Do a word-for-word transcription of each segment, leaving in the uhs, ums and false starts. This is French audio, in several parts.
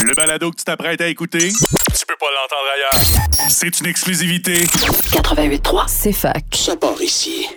Le balado que tu t'apprêtes à écouter, tu peux pas l'entendre ailleurs. C'est une exclusivité. quatre-vingt-huit trois, c'est fac. Ça part ici.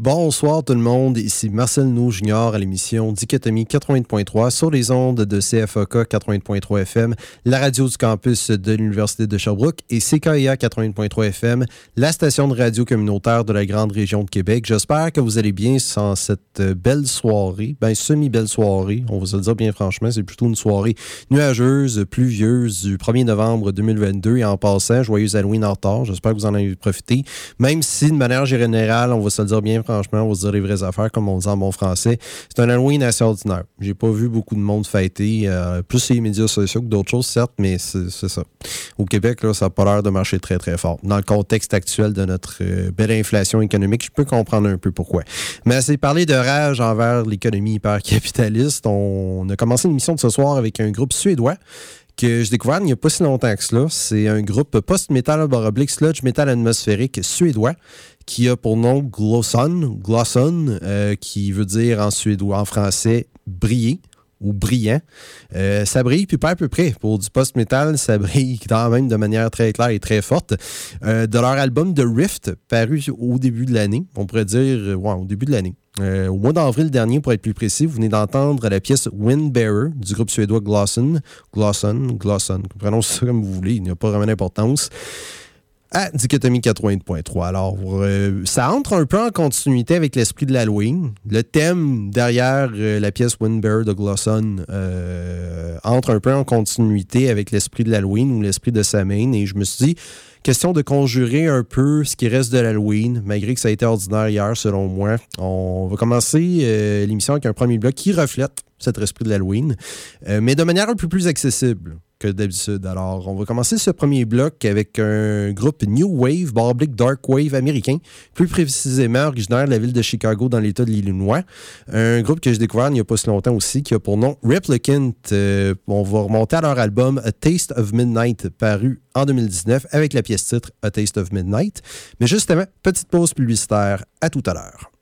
Bonsoir tout le monde, ici Marcel Nou Junior à l'émission Dichotomie quatre-vingt point trois sur les ondes de C F A K quatre-vingt point trois F M, la radio du campus de l'Université de Sherbrooke et C K I A quatre-vingt point trois F M, la station de radio communautaire de la grande région de Québec. J'espère que vous allez bien sans cette belle soirée, ben semi-belle soirée, on va se le dire bien franchement, c'est plutôt une soirée nuageuse, pluvieuse du premier novembre deux mille vingt-deux et en passant, joyeux Halloween en retard, j'espère que vous en avez profité, même si de manière générale, on va se le dire bien franchement, Franchement, on va se dire les vraies affaires, comme on dit en bon français. C'est un Halloween assez ordinaire. J'ai pas vu beaucoup de monde fêter, euh, plus sur les médias sociaux que d'autres choses, certes, mais c'est, c'est ça. Au Québec, là, ça n'a pas l'air de marcher très, très fort. Dans le contexte actuel de notre euh, belle inflation économique, je peux comprendre un peu pourquoi. Mais c'est parler de rage envers l'économie hyper-capitaliste. On, on a commencé l'émission de ce soir avec un groupe suédois que j'ai découvert il n'y a pas si longtemps que cela. C'est un groupe post-metal baroblique sludge metal atmosphérique suédois qui a pour nom Glosson, Glosson euh, qui veut dire en suédois, en français, briller ou brillant. Euh, ça brille, puis pas à peu près. Pour du post-metal, ça brille quand même de manière très claire et très forte. Euh, de leur album The Rift, paru au début de l'année, on pourrait dire, ouais, au début de l'année. Euh, au mois d'avril dernier, pour être plus précis, vous venez d'entendre la pièce Windbearer du groupe suédois Glosson. Glosson, Glosson, prenons ça comme vous voulez, il n'y a pas vraiment d'importance. À Dichotomie quatre-vingt point trois. Alors, euh, ça entre un peu en continuité avec l'esprit de l'Halloween. Le thème derrière euh, la pièce Windbearer de Glosson euh, entre un peu en continuité avec l'esprit de l'Halloween ou l'esprit de Samhain. Et je me suis dit, question de conjurer un peu ce qui reste de l'Halloween, malgré que ça a été ordinaire hier, selon moi. On va commencer euh, l'émission avec un premier bloc qui reflète cet esprit de l'Halloween, euh, mais de manière un peu plus accessible que d'habitude. Alors, on va commencer ce premier bloc avec un groupe New Wave, baroblique Dark Wave américain, plus précisément originaire de la ville de Chicago dans l'État de l'Illinois. Un groupe que j'ai découvert il n'y a pas si longtemps aussi, qui a pour nom Replicant. Euh, on va remonter à leur album A Taste of Midnight, paru en deux mille dix-neuf, avec la pièce titre A Taste of Midnight. Mais justement, petite pause publicitaire. À tout à l'heure.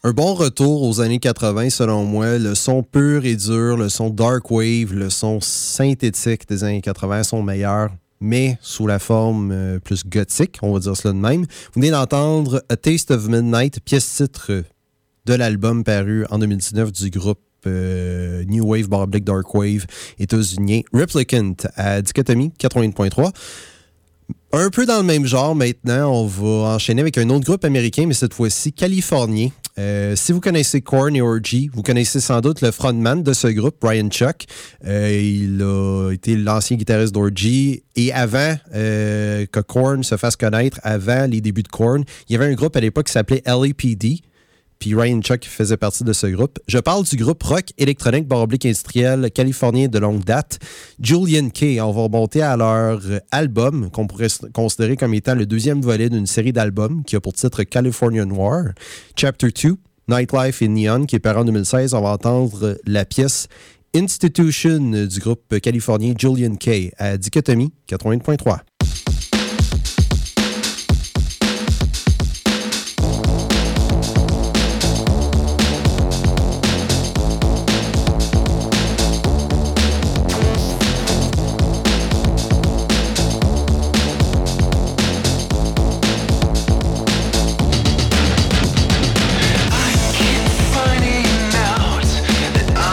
Un bon retour aux années quatre-vingts, selon moi. Le son pur et dur, le son dark wave, le son synthétique des années quatre-vingts sont meilleurs, mais sous la forme euh, plus gothique, on va dire cela de même. Vous venez d'entendre A Taste of Midnight, pièce-titre de l'album paru en deux mille dix-neuf du groupe euh, New Wave, Barblick, Dark Wave états-unien Replicant à Dichotomie quatre-vingt-huit point trois. Un peu dans le même genre maintenant, on va enchaîner avec un autre groupe américain, mais cette fois-ci californien. Euh, si vous connaissez Korn et Orgy, vous connaissez sans doute le frontman de ce groupe, Brian Chuck. Euh, il a été l'ancien guitariste d'Orgy. Et avant euh, que Korn se fasse connaître, avant les débuts de Korn, il y avait un groupe à l'époque qui s'appelait L A P D. Puis Ryan Chuck faisait partie de ce groupe. Je parle du groupe rock électronique baroblique industriel californien de longue date, Julian K. On va remonter à leur album, qu'on pourrait considérer comme étant le deuxième volet d'une série d'albums qui a pour titre California Noir. Chapter deux, Nightlife in Neon, qui est paru en deux mille seize. On va entendre la pièce Institution du groupe californien Julian K. à Dichotomie quatre-vingt-huit point trois.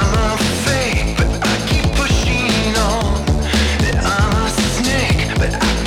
But I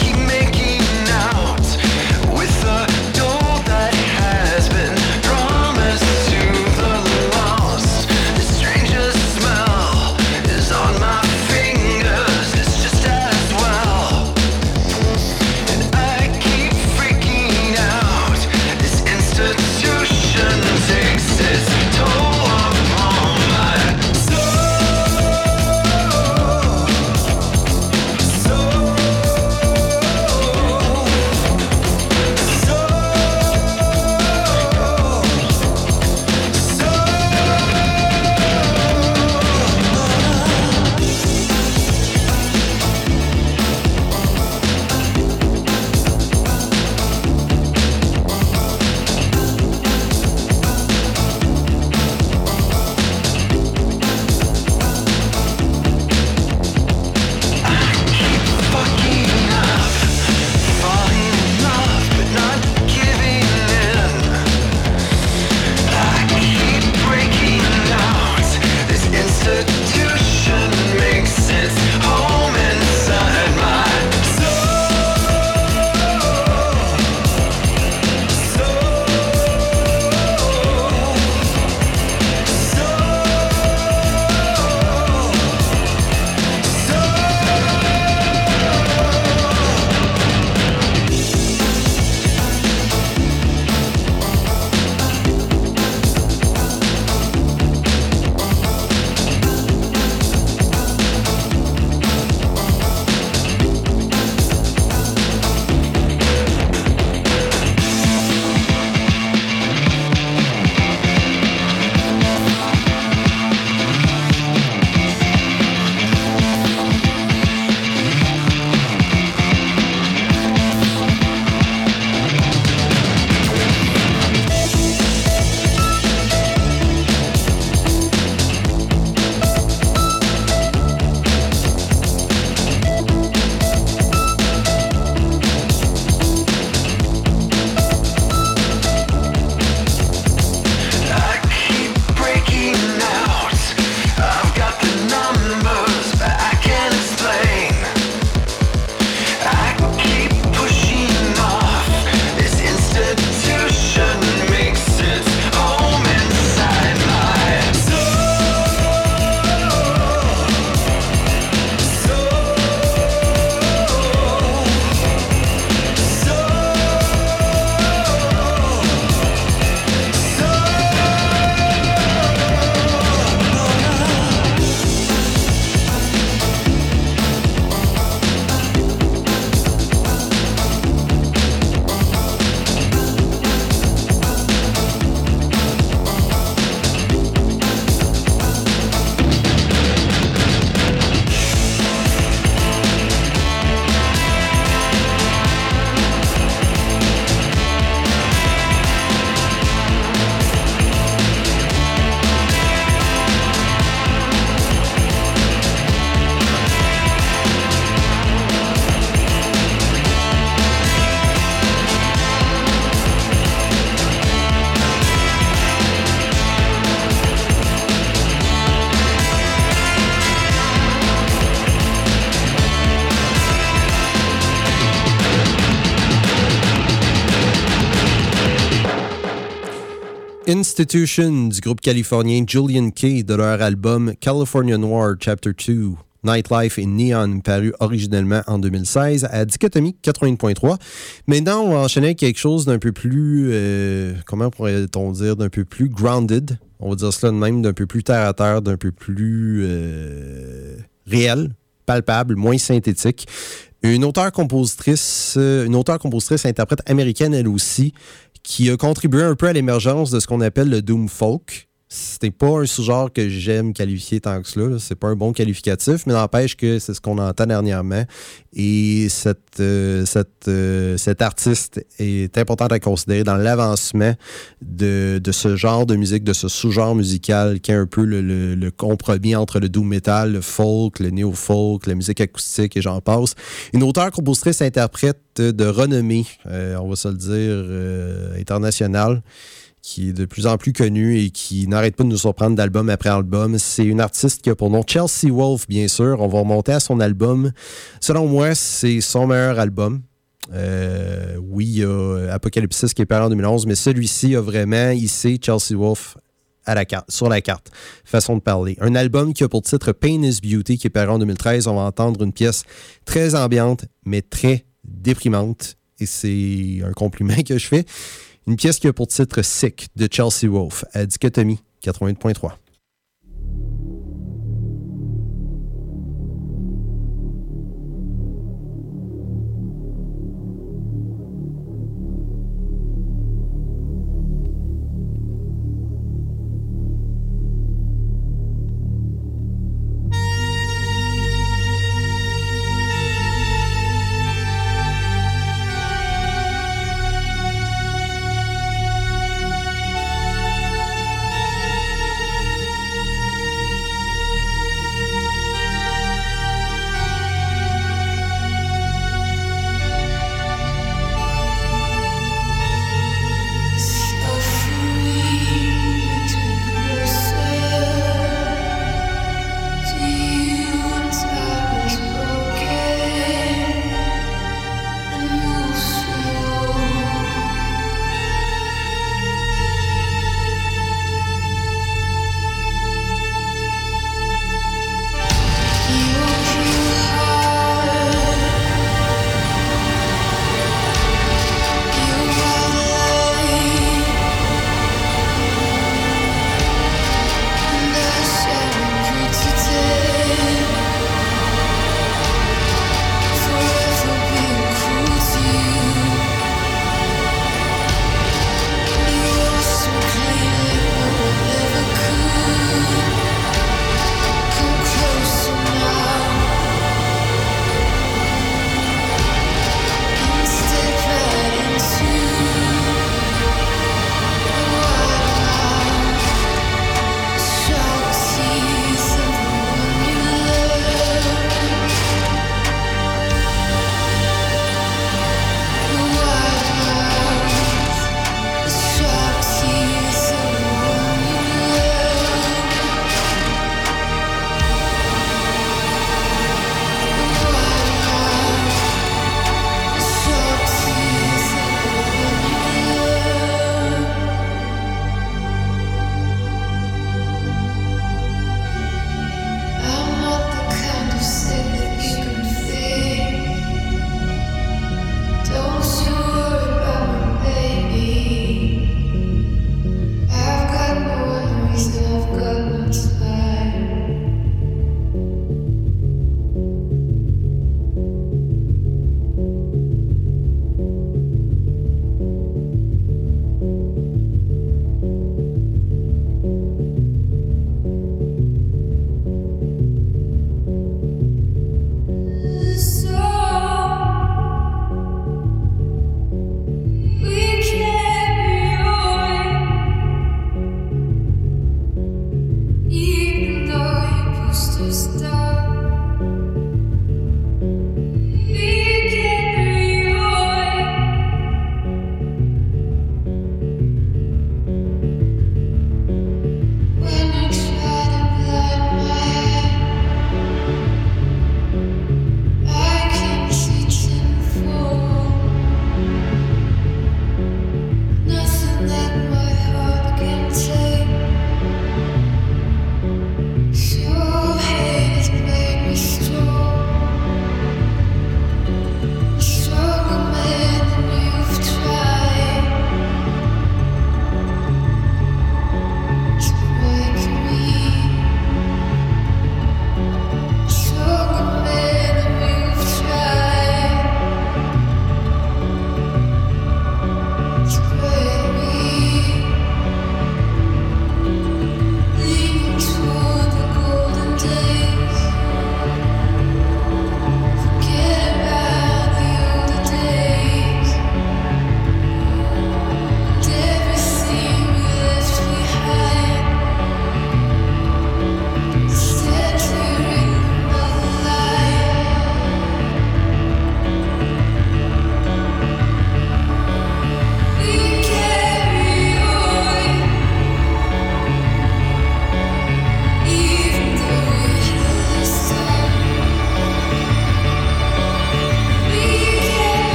Institution du groupe californien Julian Kay de leur album California Noir Chapter deux, Nightlife et Neon, paru originellement en deux mille seize à Dichotomie quatre-vingt point trois. Maintenant, on va enchaîner avec quelque chose d'un peu plus, euh, comment pourrait-on dire, d'un peu plus grounded. On va dire cela de même, d'un peu plus terre à terre, d'un peu plus euh, réel, palpable, moins synthétique. Une auteure-compositrice, une auteure-compositrice interprète américaine, elle aussi, qui a contribué un peu à l'émergence de ce qu'on appelle le doom folk. C'était pas un sous-genre que j'aime qualifier tant que cela. Là. C'est pas un bon qualificatif, mais n'empêche que c'est ce qu'on entend dernièrement. Et cette, euh, cette, euh, cet artiste est important à considérer dans l'avancement de, de ce genre de musique, de ce sous-genre musical qui est un peu le, le, le compromis entre le doom metal, le folk, le néo-folk, la musique acoustique et j'en passe. Une auteure, compositrice, interprète de renommée, euh, on va se le dire, euh, internationale, qui est de plus en plus connue et qui n'arrête pas de nous surprendre d'album après album. C'est une artiste qui a pour nom Chelsea Wolfe, bien sûr. On va remonter à son album. Selon moi, c'est son meilleur album. Euh, oui, il y a Apocalypsis qui est paru en deux mille onze, mais celui-ci a vraiment hissé Chelsea Wolfe à la carte, sur la carte. Façon de parler. Un album qui a pour titre Pain is Beauty, qui est paru en deux mille treize. On va entendre une pièce très ambiante, mais très déprimante. Et c'est un compliment que je fais. Une pièce qui a pour titre Sick de Chelsea Wolfe à Dichotomie quatre-vingt point trois.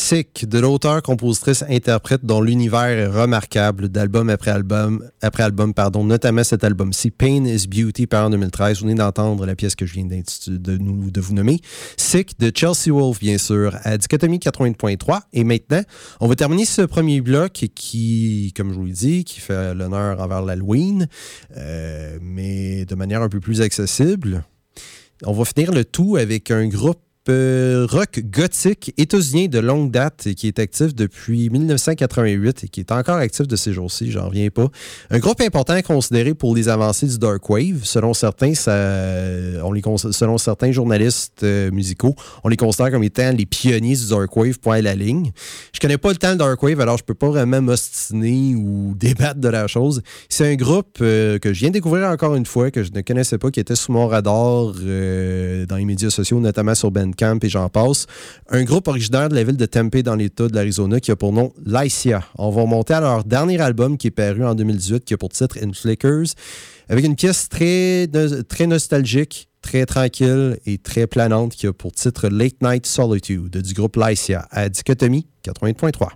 Sick, de l'auteur, compositrice, interprète dont l'univers est remarquable d'album après album, après album, pardon, notamment cet album-ci, Pain is Beauty, par en deux mille treize. Vous venez d'entendre la pièce que je viens de, nous, de vous nommer. Sick, de Chelsea Wolfe, bien sûr, à Dichotomie quatre-vingts point trois. Et maintenant, on va terminer ce premier bloc qui, comme je vous l'ai dit, qui fait l'honneur envers l'Halloween, euh, mais de manière un peu plus accessible. On va finir le tout avec un groupe Euh, rock gothique états-unien de longue date qui est actif depuis dix-neuf cent quatre-vingt-huit et qui est encore actif de ces jours-ci, j'en reviens pas. Un groupe important considéré pour les avancées du dark wave. Selon certains, ça, on les, selon certains journalistes euh, musicaux, on les considère comme étant les pionniers du dark wave, point à la ligne. Je connais pas le temps le dark wave, alors je peux pas vraiment m'ostiner ou débattre de la chose. C'est un groupe euh, que je viens de découvrir encore une fois, que je ne connaissais pas, qui était sous mon radar euh, dans les médias sociaux, notamment sur Bandcamp Camp et j'en passe. Un groupe originaire de la ville de Tempe dans l'État de l'Arizona qui a pour nom Lycia. On va remonter à leur dernier album qui est paru en deux mille dix-huit, qui a pour titre In Flickers, avec une pièce très, très nostalgique, très tranquille et très planante qui a pour titre Late Night Solitude du groupe Lycia à Dichotomie quatre-vingts point trois.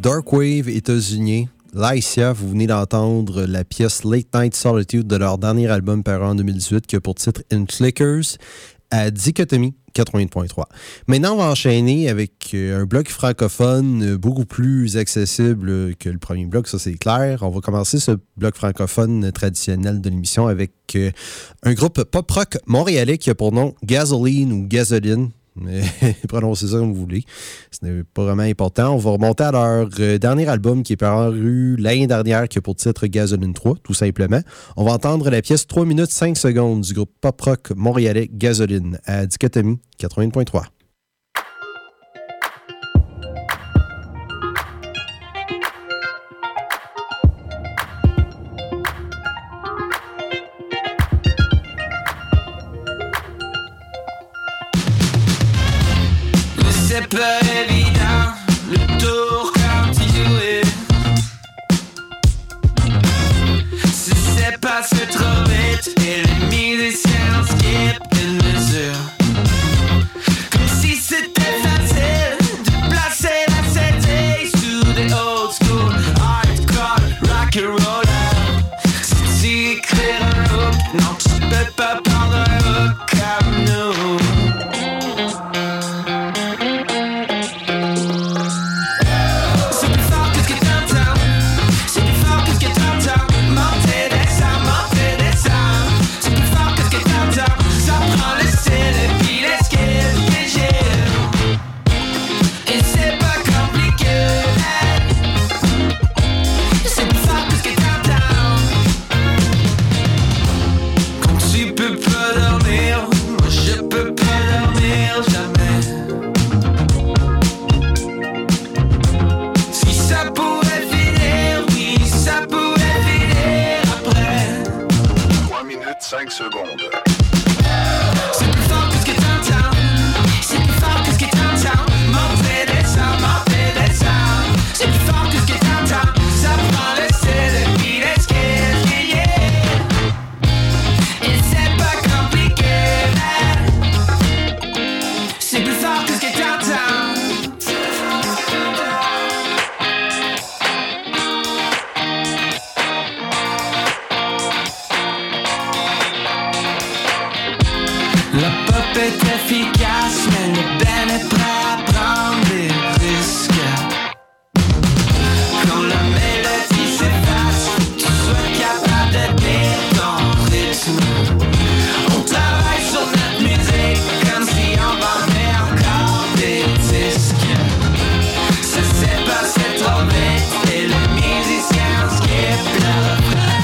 Darkwave états-unien. Lycia, vous venez d'entendre la pièce Late Night Solitude de leur dernier album paru en deux mille dix-huit qui a pour titre In Flickers à Dichotomie quatre-vingt-huit point trois. Maintenant, on va enchaîner avec un bloc francophone beaucoup plus accessible que le premier bloc, ça c'est clair. On va commencer ce bloc francophone traditionnel de l'émission avec un groupe pop-rock montréalais qui a pour nom Gasoline ou Gasoline. Prononcez ça comme vous voulez. Ce n'est pas vraiment important. On va remonter à leur euh, dernier album qui est paru l'année dernière, qui a pour titre Gasoline trois, tout simplement. On va entendre la pièce trois minutes cinq secondes du groupe pop-rock montréalais Gasoline à Dichotomie quatre-vingt-huit point trois. C'est pas évident, le tour quand il jouait. Si c'est passé trop vite et les musiciens skippent une mesure. Comme si c'était facile de placer la C D sous des old school hardcore rock and roll. Si tu écris un hook, non tu peux pas prendre un hook comme nous. cinq secondes. C'est plus fort que ce que t'entends. C'est plus fort que ce que t'entends. Monter, descendre, monter, descendre. C'est plus fort que ce que t'entends. Ça prend le style et puis le skill, yeah, yeah. Et c'est pas compliqué, man. C'est plus fort que ce que t'entends. La pop est efficace, mais le band est prêt à prendre des risques. Quand la mélodie s'efface, tu sois capable de tenir ton rythme. On travaille sur notre musique comme si on vendait encore des disques. Ça s'est passé trop vite et le musicien skip le refrain.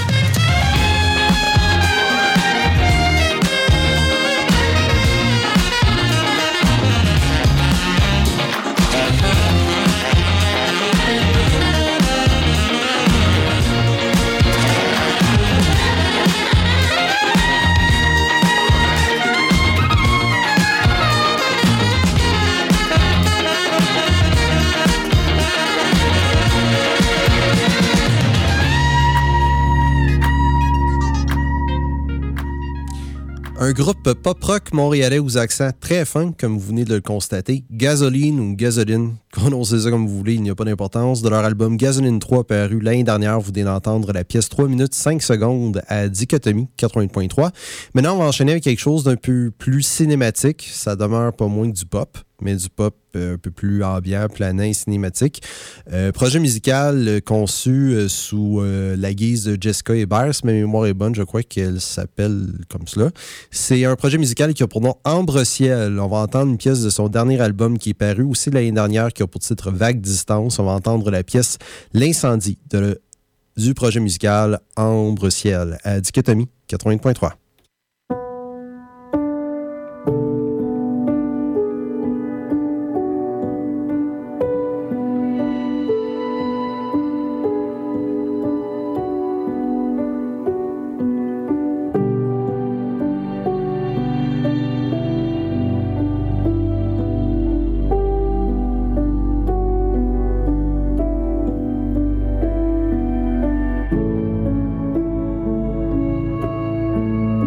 Un groupe pop-rock montréalais aux accents très fins, comme vous venez de le constater. Gasoline ou Gasoline, prononcez ça comme vous voulez, il n'y a pas d'importance. De leur album Gasoline trois paru l'année dernière, vous venez d'entendre la pièce trois minutes cinq secondes à Dichotomie quatre-vingt-huit point trois. Maintenant, on va enchaîner avec quelque chose d'un peu plus cinématique. Ça demeure pas moins que du pop, mais du pop euh, un peu plus ambiant, planant et cinématique. Euh, projet musical euh, conçu euh, sous euh, la guise de Jessica Hébert, si ma mémoire est bonne, je crois qu'elle s'appelle comme cela. C'est un projet musical qui a pour nom Ambre Ciel. On va entendre une pièce de son dernier album qui est paru aussi l'année dernière, qui a pour titre Vague Distance. On va entendre la pièce L'incendie de le, du projet musical Ambre Ciel à Dichotomie quatre-vingt-huit point trois. Thank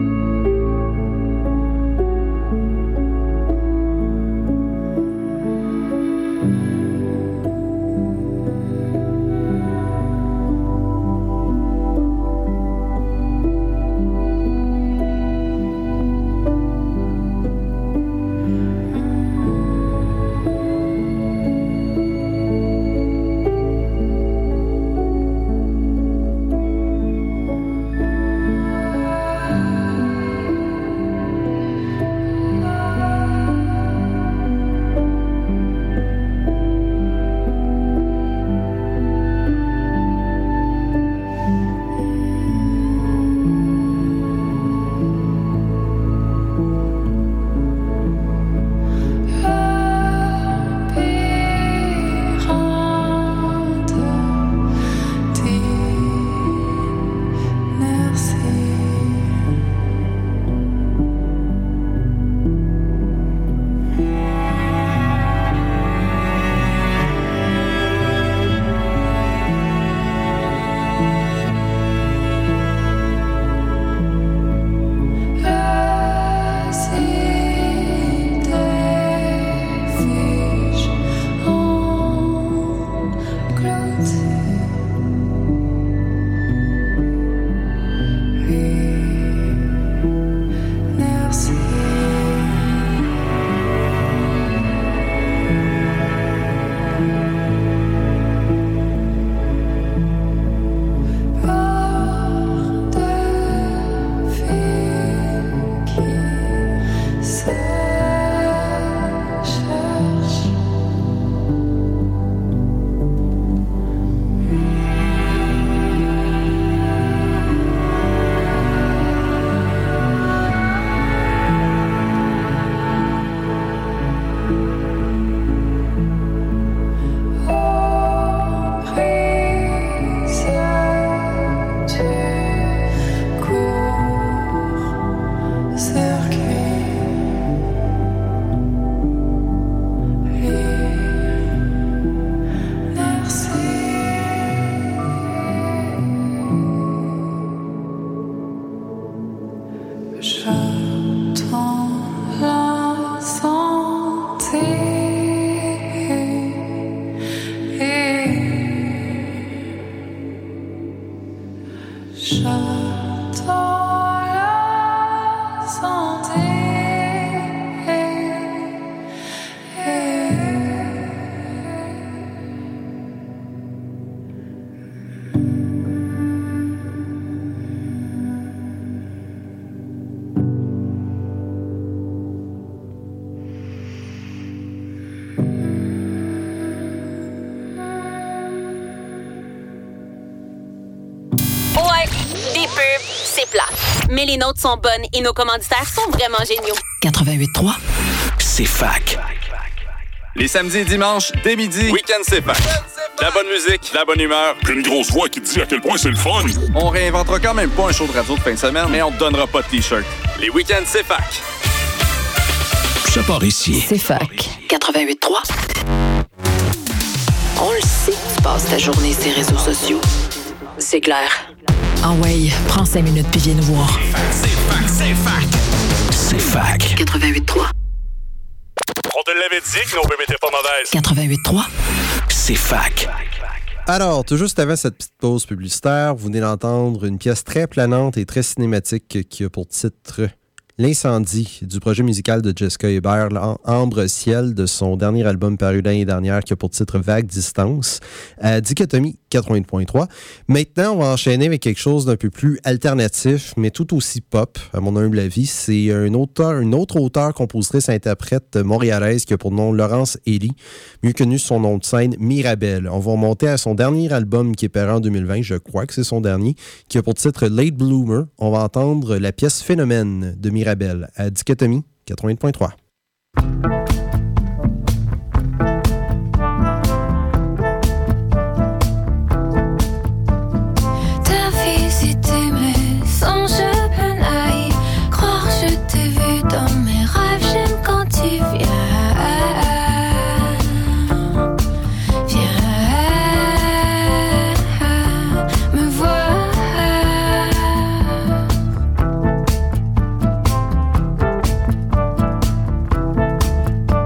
Mais les nôtres sont bonnes et nos commanditaires sont vraiment géniaux. quatre-vingt-huit trois, c'est fac. Les samedis et dimanches, dès midi, Week-end c'est fac. De la bonne musique, de la bonne humeur. Puis une grosse voix qui te dit à quel point c'est le fun. On réinventera quand même pas un show de radio de fin de semaine, mais on te donnera pas de T-shirt. Les week-ends c'est fac. Ça part ici. C'est fac. quatre-vingt-huit trois. On le sait que tu passes ta journée sur les réseaux sociaux. C'est clair. Ah ouais, prends cinq minutes puis viens nous voir. C'est fac, c'est fac. C'est fac. quatre-vingt-huit trois. On te l'avait dit que nos bébés étaient pas mauvaises. quatre-vingt-huit trois. C'est fac. Alors, tout juste avant cette petite pause publicitaire, vous venez d'entendre une pièce très planante et très cinématique qui a pour titre L'incendie du projet musical de Jessica Hébert, Ambre Ciel, de son dernier album paru l'année dernière qui a pour titre Vague Distance, à Dichotomie quatre-vingt-huit point trois. Maintenant, on va enchaîner avec quelque chose d'un peu plus alternatif, mais tout aussi pop, à mon humble avis. C'est un auteur, une autre auteure, compositrice, interprète montréalaise qui a pour nom Laurence Elie, mieux connue sous son nom de scène Mirabelle. On va remonter à son dernier album qui est paru en deux mille vingt, je crois que c'est son dernier, qui a pour titre Late Bloomer. On va entendre la pièce Phénomène de Mirabelle. Mirabelle à Dichotomie quatre-vingt-huit point trois. Thank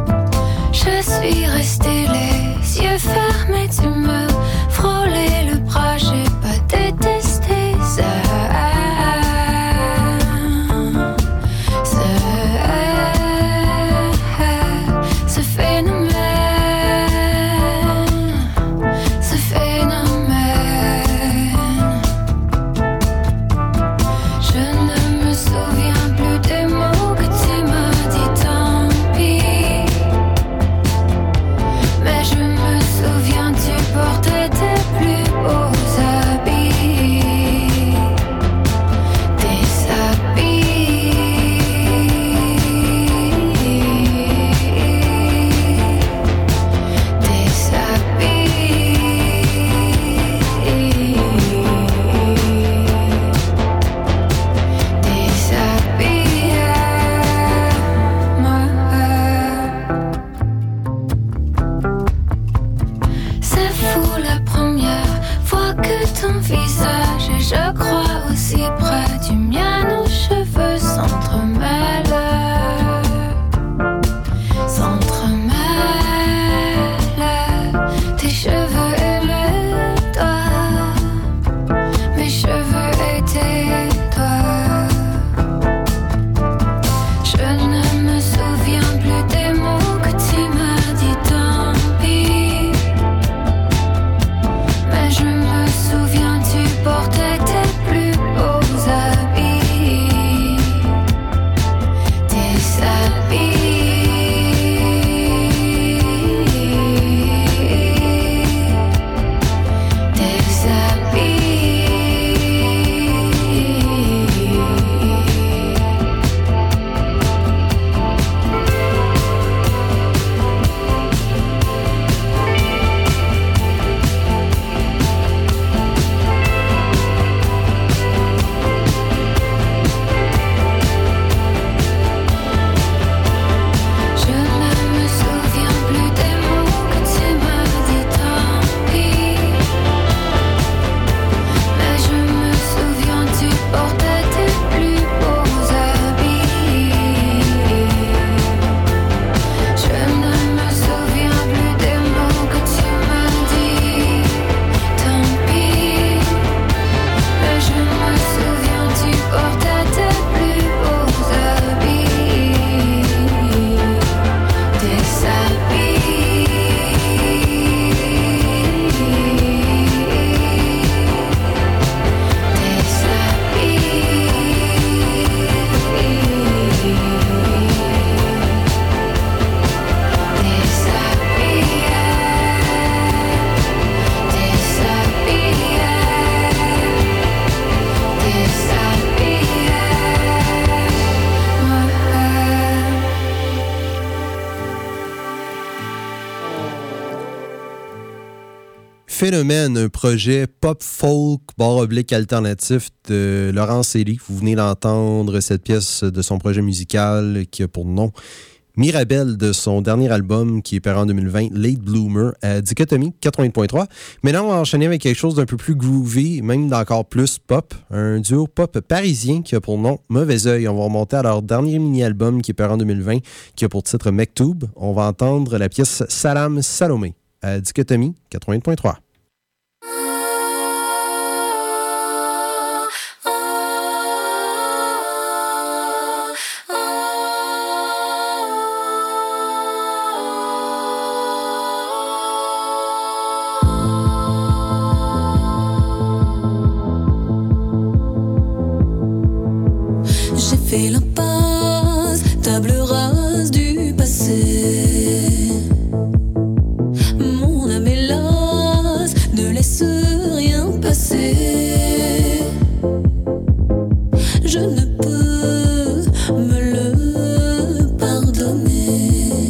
Phénomène, un projet pop-folk barre oblique alternatif de Laurent Célie. Vous venez d'entendre cette pièce de son projet musical qui a pour nom Mirabelle de son dernier album qui est paru en deux mille vingt, Late Bloomer, à Dichotomie quatre-vingt point trois. Maintenant, on va enchaîner avec quelque chose d'un peu plus groovy, même d'encore plus pop. Un duo pop parisien qui a pour nom Mauvais Oeil. On va remonter à leur dernier mini-album qui est paru en deux mille vingt, qui a pour titre Mektoub. On va entendre la pièce Salam Salomé à Dichotomie quatre-vingt point trois. Fais l'impasse, table rase du passé. Mon âme est lasse, ne laisse rien passer. Je ne peux me le pardonner.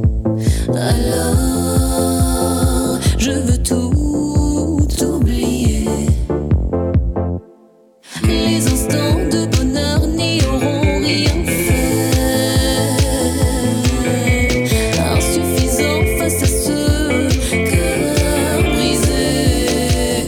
Alors, je veux tout oublier. Les instants de bonheur n'y auront rien fait. Insuffisant face à ce cœur brisé.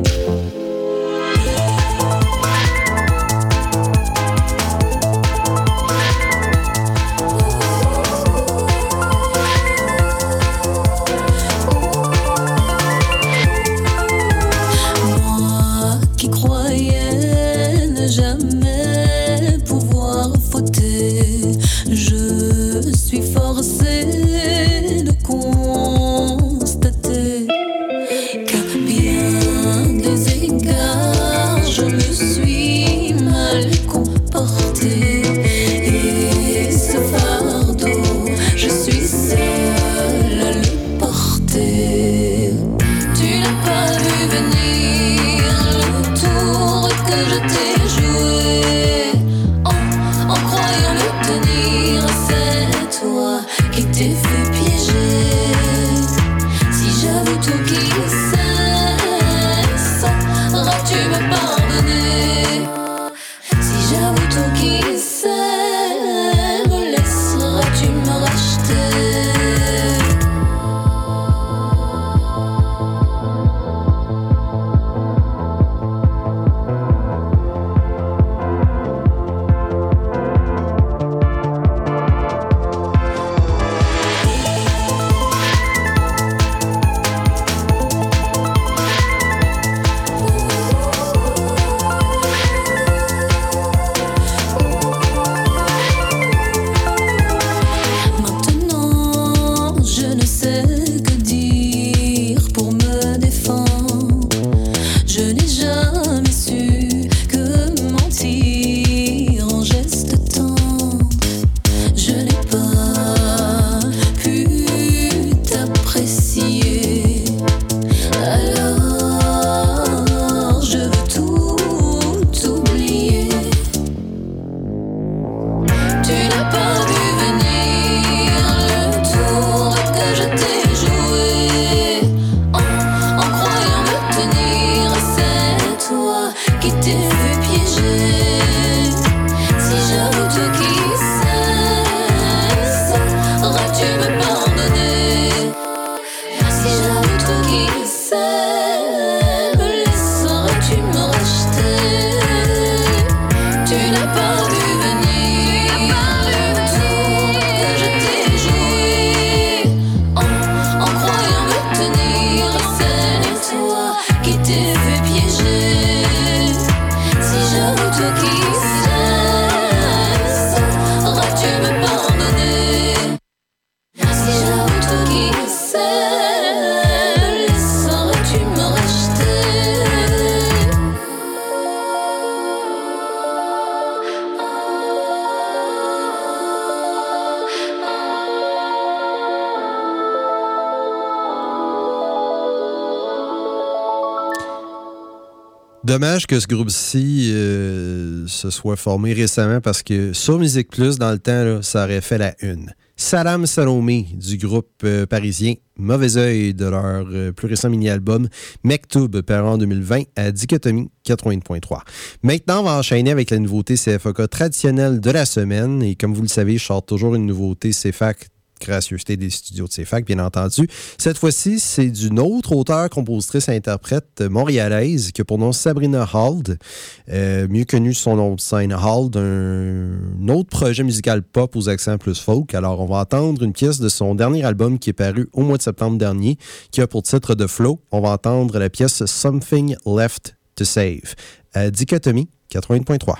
Moi qui croyais ne jamais pouvoir fauter, je suis forcée de constater qu'à bien des égards je me suis mal comportée. Et ce fardeau, je suis seule à le porter. Tu n'as pas vu venir le tour que je t'ai joué. En, en croyant me tenir, c'est toi qui t'es fait piéger. Si j'avoue tout qui sait, sauras-tu me pardonner? Si j'avoue tout qui sait, me laisseras-tu me racheter? Maintenant, je ne sais que dire pour me défendre. Je n'ai jamais su que mentir en gestes tendres. Je n'ai pas pu t'apprécier. Alors, je veux tout oublier. Tu n'as pas vu venir le tour que je t'ai joué. En, en croyant me tenir, c'est toi qui t'es fait piéger. Si j'avoue tout qui sait, sauras-tu me pardonner? Si j'avoue tout qui sait, me laisseras-tu me racheter? Tu n'as pas vu venir le tour que je t'ai joué. En, en croyant me tenir, c'est toi qui t'es fait piéger. Si j'avoue tout qui sait, sauras-tu me pardonner? Si j'avoue tout qui sait, me laisseras-tu me racheter? Dommage que ce groupe-ci euh, se soit formé récemment parce que sur Musique Plus, dans le temps, là, ça aurait fait la une. Salam Salomé du groupe euh, parisien Mauvais Oeil de leur euh, plus récent mini-album Mektoub, paru en deux mille vingt à Dichotomie quatre-vingts point trois. Maintenant, on va enchaîner avec la nouveauté C F A K traditionnelle de la semaine. Et comme vous le savez, je sors toujours une nouveauté C F A C, gracieuseté des studios de C F A C, bien entendu. Cette fois-ci, c'est d'une autre auteure, compositrice, interprète montréalaise qui a pour nom Sabrina Hald, euh, mieux connue sous son nom de scène Hald, un, un autre projet musical pop aux accents plus folk. Alors, on va entendre une pièce de son dernier album qui est paru au mois de septembre dernier, qui a pour titre The Flow. On va entendre la pièce Something Left to Save à Dichotomie quatre-vingts point trois.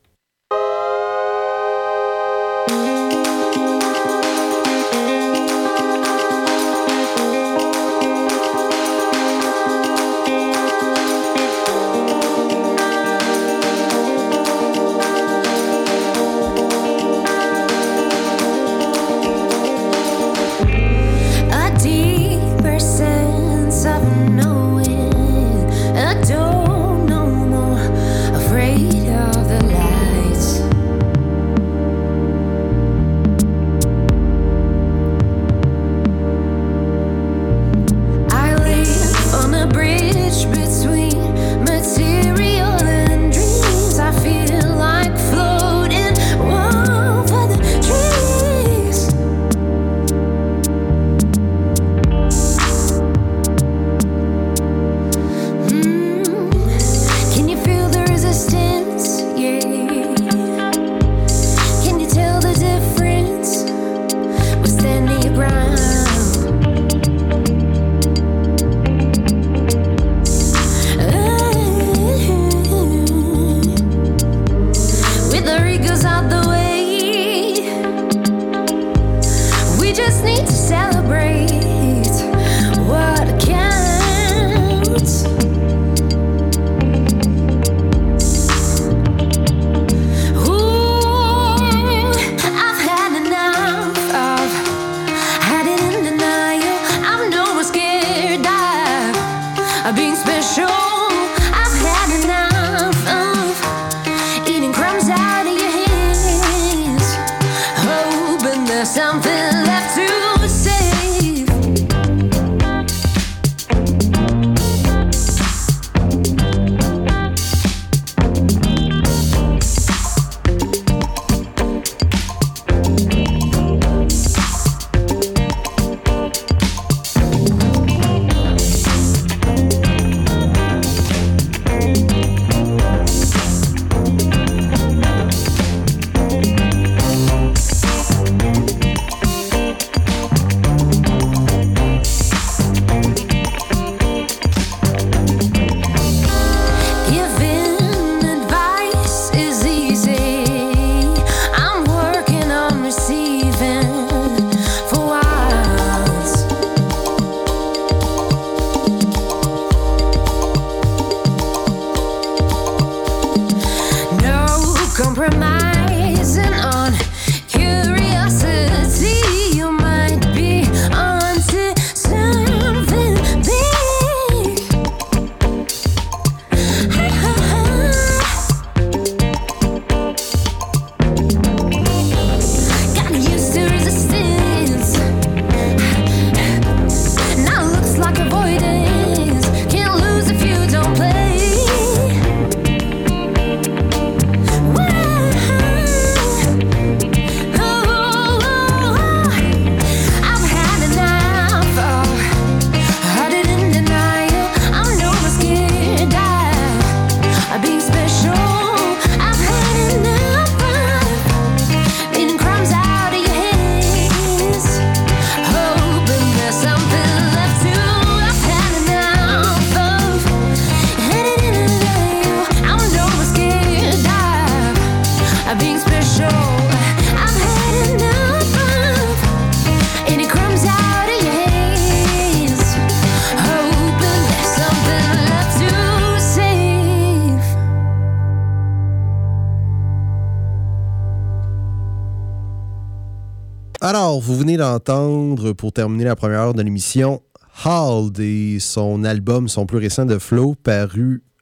Alors, vous venez d'entendre, pour terminer la première heure de l'émission, Hald et son album, son plus récent de Flow, paru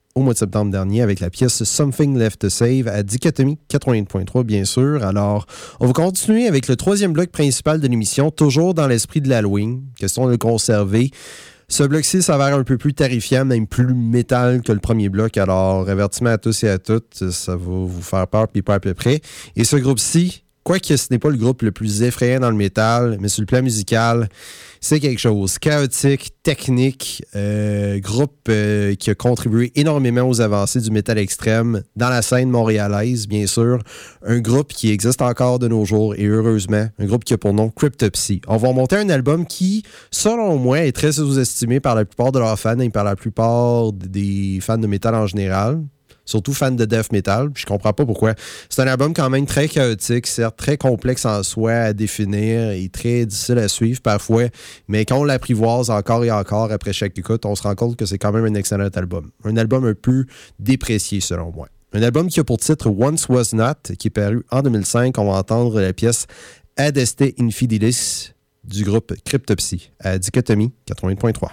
au mois de septembre dernier avec la pièce Something Left to Save à Dichotomie quatre-vingt-huit point trois, bien sûr. Alors, on va continuer avec le troisième bloc principal de l'émission, toujours dans l'esprit de l'Halloween. Question de le conserver. Ce bloc-ci s'avère un peu plus terrifiant, même plus métal que le premier bloc. Alors, avertissement à tous et à toutes, ça va vous faire peur, puis pas à peu près. Et ce groupe-ci, quoique ce n'est pas le groupe le plus effrayant dans le métal, mais sur le plan musical, c'est quelque chose. Chaotique, technique, euh, groupe euh, qui a contribué énormément aux avancées du métal extrême dans la scène montréalaise, bien sûr. Un groupe qui existe encore de nos jours, et heureusement, un groupe qui a pour nom Cryptopsy. On va remonter un album qui, selon moi, est très sous-estimé par la plupart de leurs fans et par la plupart des fans de métal en général. Surtout fan de death metal, puis je comprends pas pourquoi. C'est un album quand même très chaotique, certes, très complexe en soi à définir et très difficile à suivre parfois, mais quand on l'apprivoise encore et encore après chaque écoute, on se rend compte que c'est quand même un excellent album. Un album un peu déprécié selon moi. Un album qui a pour titre Once Was Not, qui est paru en deux mille cinq. On va entendre la pièce Adeste Infidelis du groupe Cryptopsy à Dichotomie quatre-vingt-huit point trois.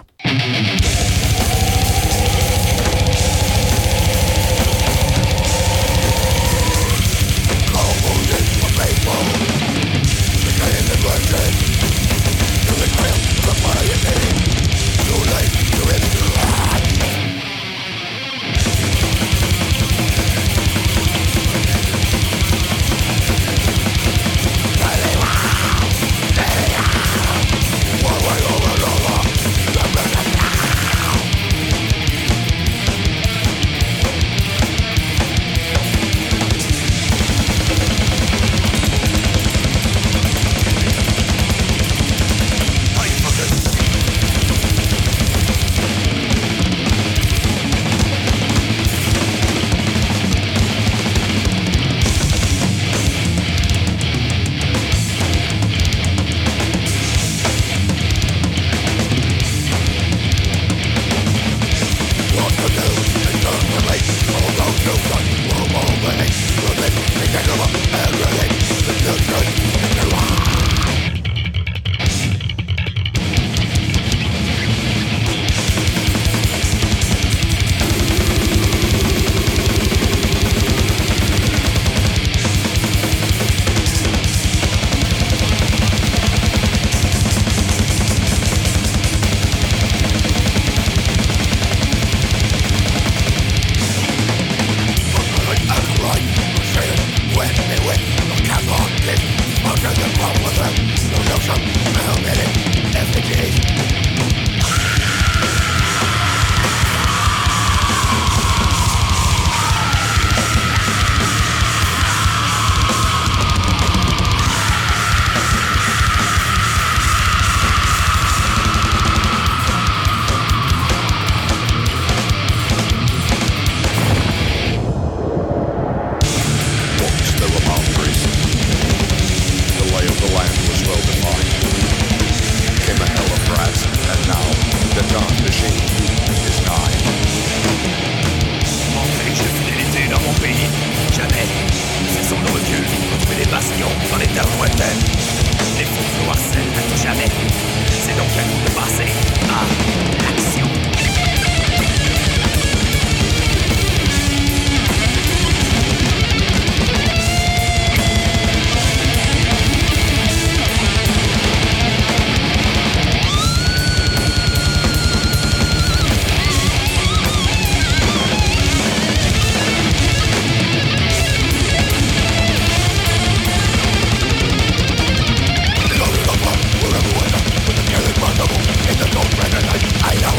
I know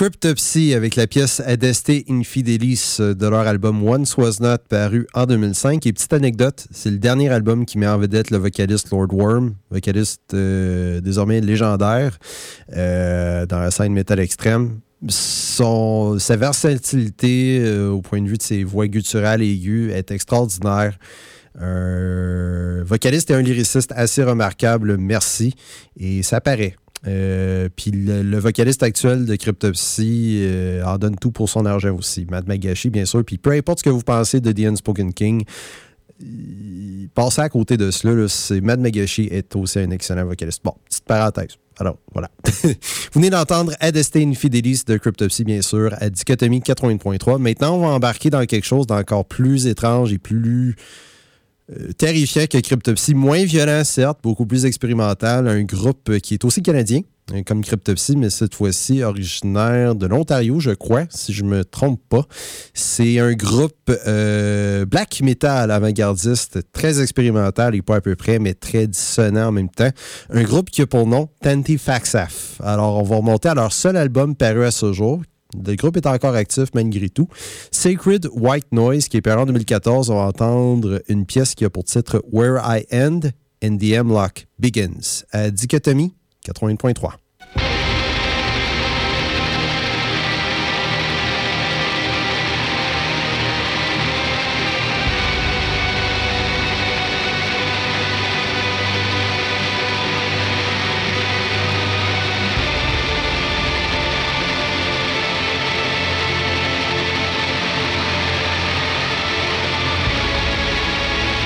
Cryptopsy avec la pièce Adeste Infidelis de leur album Once Was Not paru en deux mille cinq. Et petite anecdote, c'est le dernier album qui met en vedette le vocaliste Lord Worm, vocaliste euh, désormais légendaire euh, dans la scène métal extrême. Son, sa versatilité euh, au point de vue de ses voix gutturales et aiguës est extraordinaire. Un vocaliste et un lyriciste assez remarquable, merci. Et ça paraît. Euh, Puis le, le vocaliste actuel de Cryptopsy euh, en donne tout pour son argent aussi. Matt Magashi, bien sûr. Puis peu importe ce que vous pensez de The Unspoken King, euh, passez à côté de cela. Là, c'est Matt Magashi est aussi un excellent vocaliste. Bon, petite parenthèse. Alors, voilà. Vous venez d'entendre Adeste Infidelis de Cryptopsy, bien sûr, à Dichotomie quatre-vingts point trois. Maintenant, on va embarquer dans quelque chose d'encore plus étrange et plus euh, terrifiant que Cryptopsy. Moins violent, certes, beaucoup plus expérimental. Un groupe qui est aussi canadien, hein, comme Cryptopsy, mais cette fois-ci originaire de l'Ontario, je crois, si je me trompe pas. C'est un groupe euh, black metal avant-gardiste, très expérimental et pas à peu près, mais très dissonant en même temps. Un groupe qui a pour nom Tantifaxaf. Alors, on va remonter à leur seul album paru à ce jour. Le groupe est encore actif malgré tout. Sacred White Noise, qui est paru en deux mille quatorze, on va entendre une pièce qui a pour titre Where I End and the Hemlock Begins. À Dichotomie quatre-vingts point trois.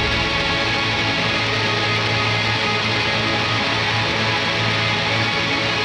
Thank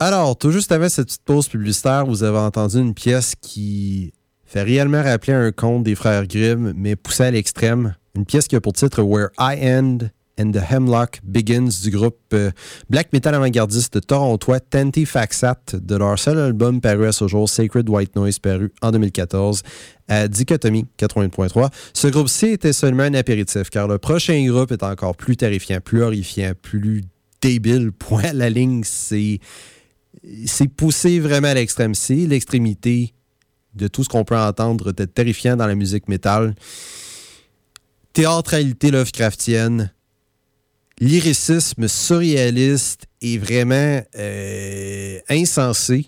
Alors, tout juste avant cette petite pause publicitaire, vous avez entendu une pièce qui fait réellement rappeler un conte des frères Grimm, mais poussé à l'extrême. Une pièce qui a pour titre Where I End and the Hemlock Begins du groupe euh, black metal avant-gardiste torontois Tentifaxat de leur seul album paru à ce jour, Sacred White Noise, paru en deux mille quatorze à Dichotomie quatre-vingt-huit point trois. Ce groupe-ci était seulement un apéritif, car le prochain groupe est encore plus terrifiant, plus horrifiant, plus débile. Point à la ligne, c'est, c'est poussé vraiment à l'extrême. C'est l'extrémité de tout ce qu'on peut entendre de terrifiant dans la musique métal. Théâtralité Lovecraftienne, lyricisme surréaliste et vraiment euh, insensé,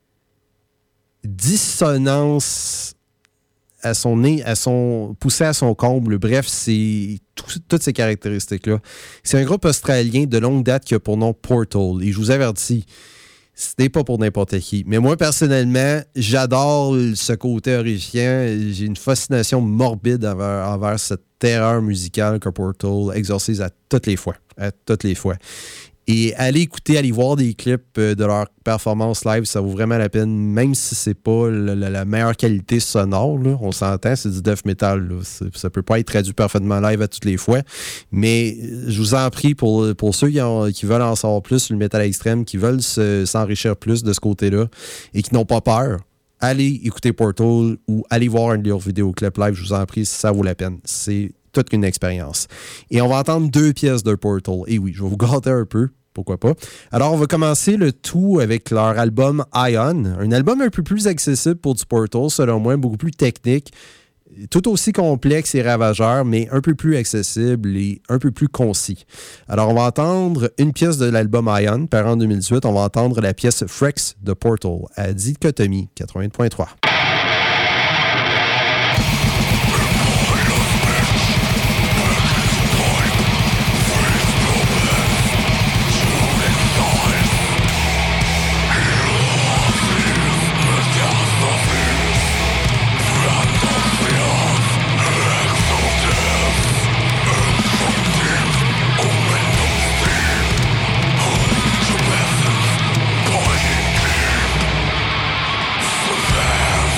dissonance à son nez, à son poussé à son comble. Bref, c'est tout, toutes ces caractéristiques-là. C'est un groupe australien de longue date qui a pour nom Portal. Et je vous avertis, ce n'est pas pour n'importe qui. Mais moi, personnellement, j'adore ce côté horrifiant. J'ai une fascination morbide envers, envers cette terreur musicale que Portal exorcise à toutes les fois. À toutes les fois. Et aller écouter, aller voir des clips de leur performance live, ça vaut vraiment la peine, même si c'est pas la, la, la meilleure qualité sonore. Là. On s'entend, c'est du death metal. Là. C'est, ça peut pas être traduit parfaitement live à toutes les fois. Mais je vous en prie, pour, pour ceux qui, ont, qui veulent en savoir plus sur le métal extrême, qui veulent se, s'enrichir plus de ce côté-là et qui n'ont pas peur, allez écouter Portal ou allez voir un de leurs vidéoclips live. Je vous en prie, ça vaut la peine. C'est toute une expérience. Et on va entendre deux pièces de Portal. Et oui, je vais vous gâter un peu. Pourquoi pas? Alors, on va commencer le tout avec leur album Ion, un album un peu plus accessible pour du Portal, selon moi, beaucoup plus technique, tout aussi complexe et ravageur, mais un peu plus accessible et un peu plus concis. Alors, on va entendre une pièce de l'album Ion, paru en deux mille dix-huit. On va entendre la pièce Frex de Portal à Dichotomie quatre-vingt-huit point trois. Survive.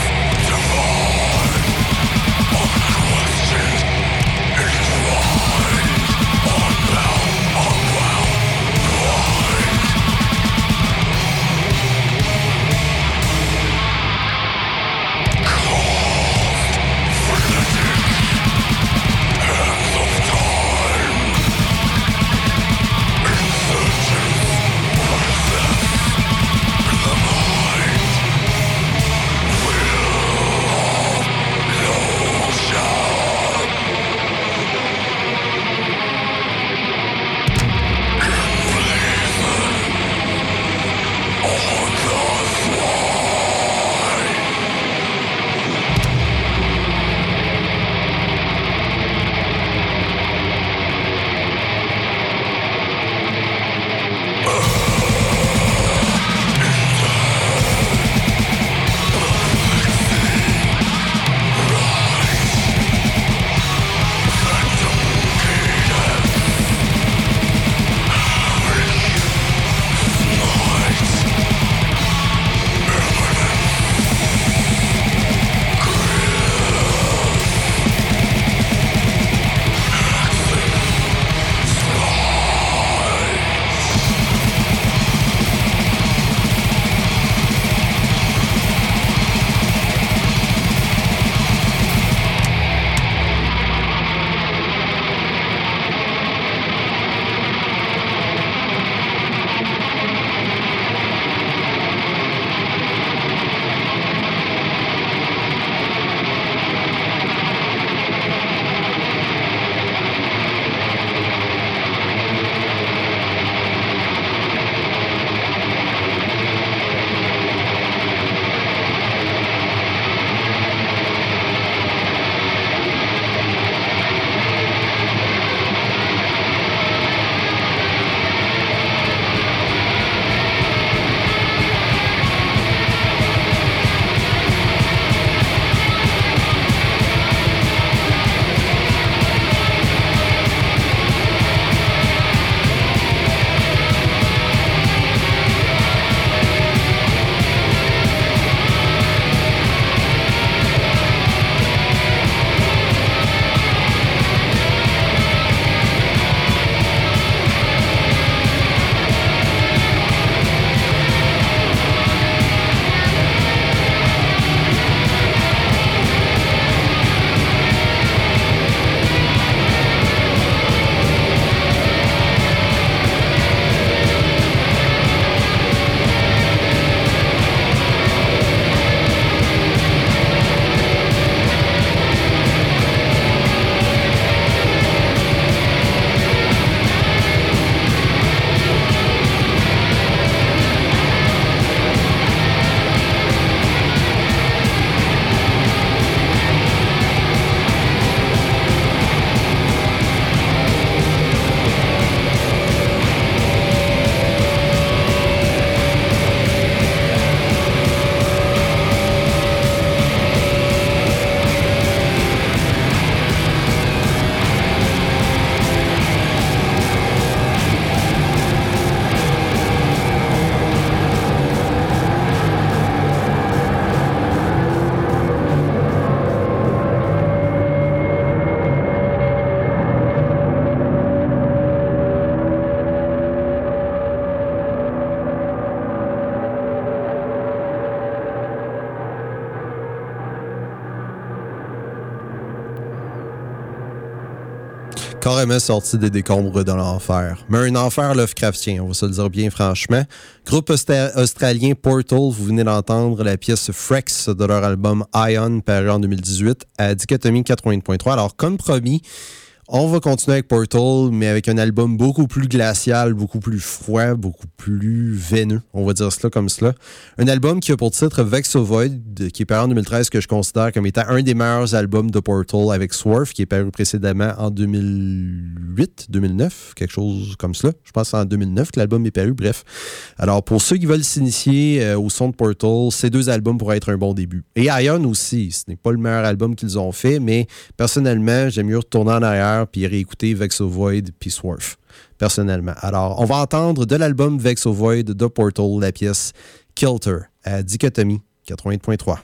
Carrément sorti des décombres de l'enfer. Mais un enfer Lovecraftien, on va se le dire bien franchement. Groupe austa- australien Portal, vous venez d'entendre la pièce Frex de leur album Ion, paru en deux mille dix-huit, à Dichotomie quatre-vingts point trois. Alors, comme promis, on va continuer avec Portal, mais avec un album beaucoup plus glacial, beaucoup plus froid, beaucoup plus veineux, on va dire cela comme cela. Un album qui a pour titre Vexovoid, qui est paru en deux mille treize, que je considère comme étant un des meilleurs albums de Portal, avec Swerve, qui est paru précédemment en deux mille huit, deux mille neuf, quelque chose comme cela. Je pense que c'est en deux mille neuf que l'album est paru, bref. Alors, pour ceux qui veulent s'initier euh, au son de Portal, ces deux albums pourraient être un bon début. Et Ion aussi, ce n'est pas le meilleur album qu'ils ont fait, mais personnellement, j'aime mieux retourner en arrière puis réécouter Vexovoid puis Swerve, personnellement. Alors, on va entendre de l'album Vexovoid de Portal la pièce Kilter à Dichotomie quatre-vingts point trois.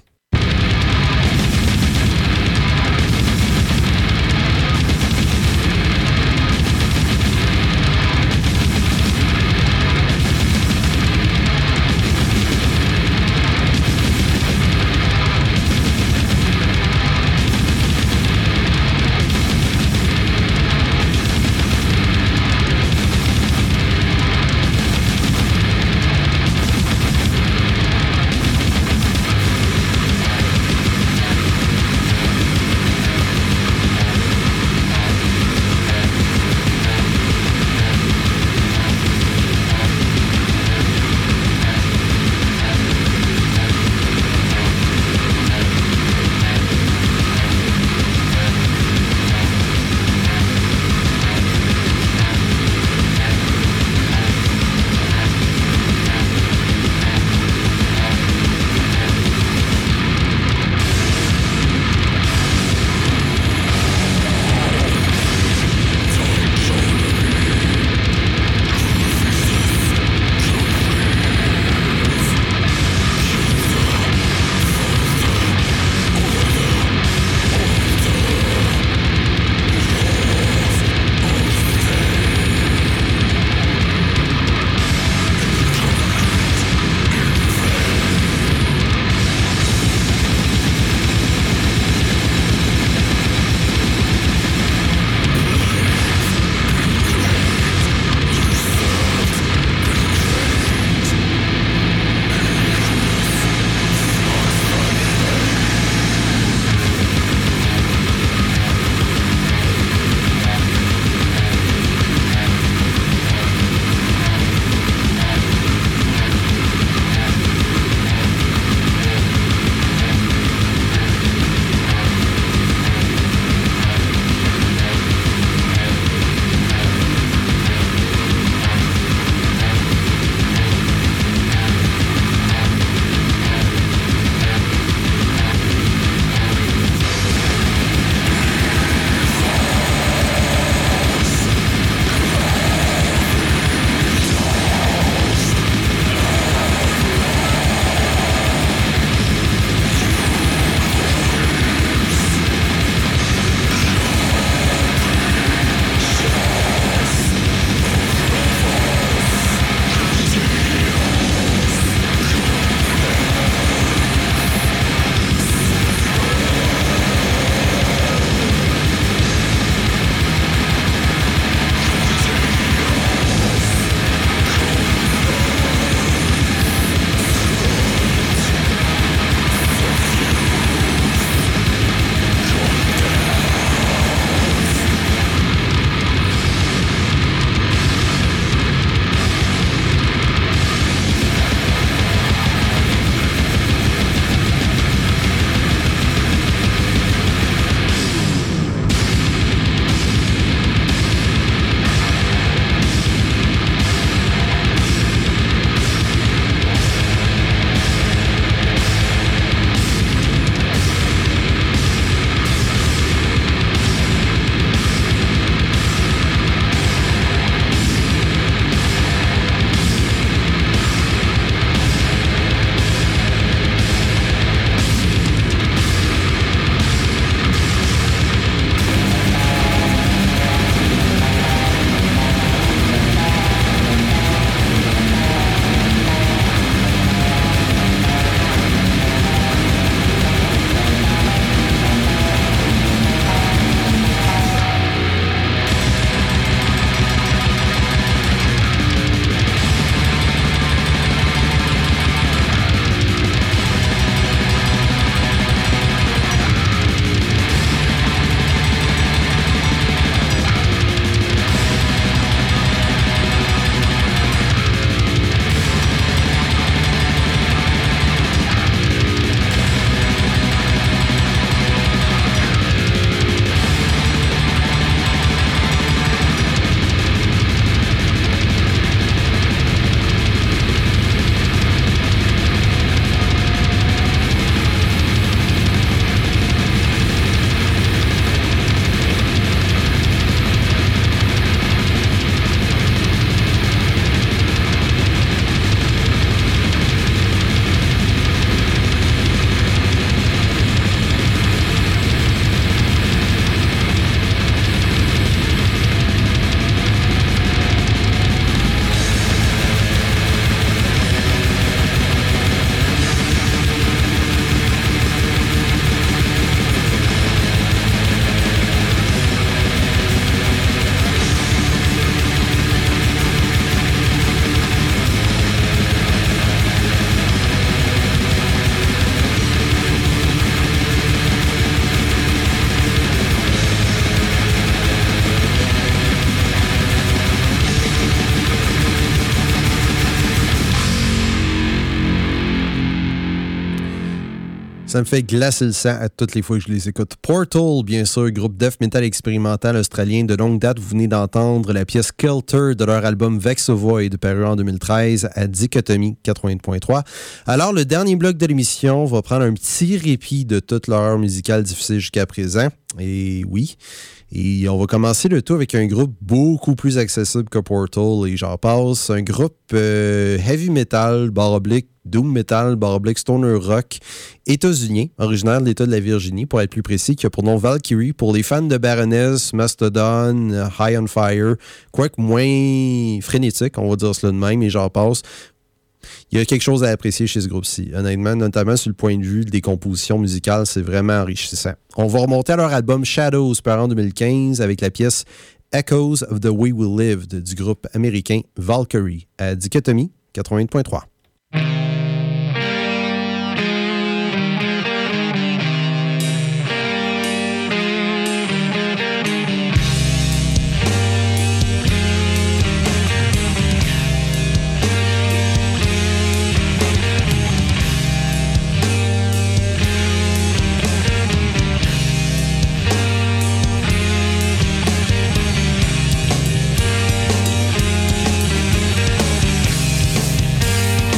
Kilter Ça me fait glacer le sang à toutes les fois que je les écoute. Portal, bien sûr, groupe death metal expérimental australien de longue date. Vous venez d'entendre la pièce Kelter de leur album Vex Void, paru en deux mille treize à Dichotomie quatre-vingts point trois. Alors, le dernier bloc de l'émission va prendre un petit répit de toute l'heure musicale diffusée jusqu'à présent. Et oui... Et on va commencer le tout avec un groupe beaucoup plus accessible que Portal, et j'en passe. Un groupe euh, heavy metal, barre oblique, doom metal, barre oblique, stoner rock, états-unien, originaire de l'État de la Virginie, pour être plus précis, qui a pour nom Valkyrie. Pour les fans de Baroness, Mastodon, High on Fire, quoique moins frénétique, on va dire cela de même, et j'en passe. Il y a quelque chose à apprécier chez ce groupe-ci, honnêtement, notamment sur le point de vue des compositions musicales, c'est vraiment enrichissant. On va remonter à leur album Shadows, paru en deux mille quinze, avec la pièce Echoes of the Way We Lived du groupe américain Valkyrie, à Dichotomie quatre-vingts point trois. We'll be right back.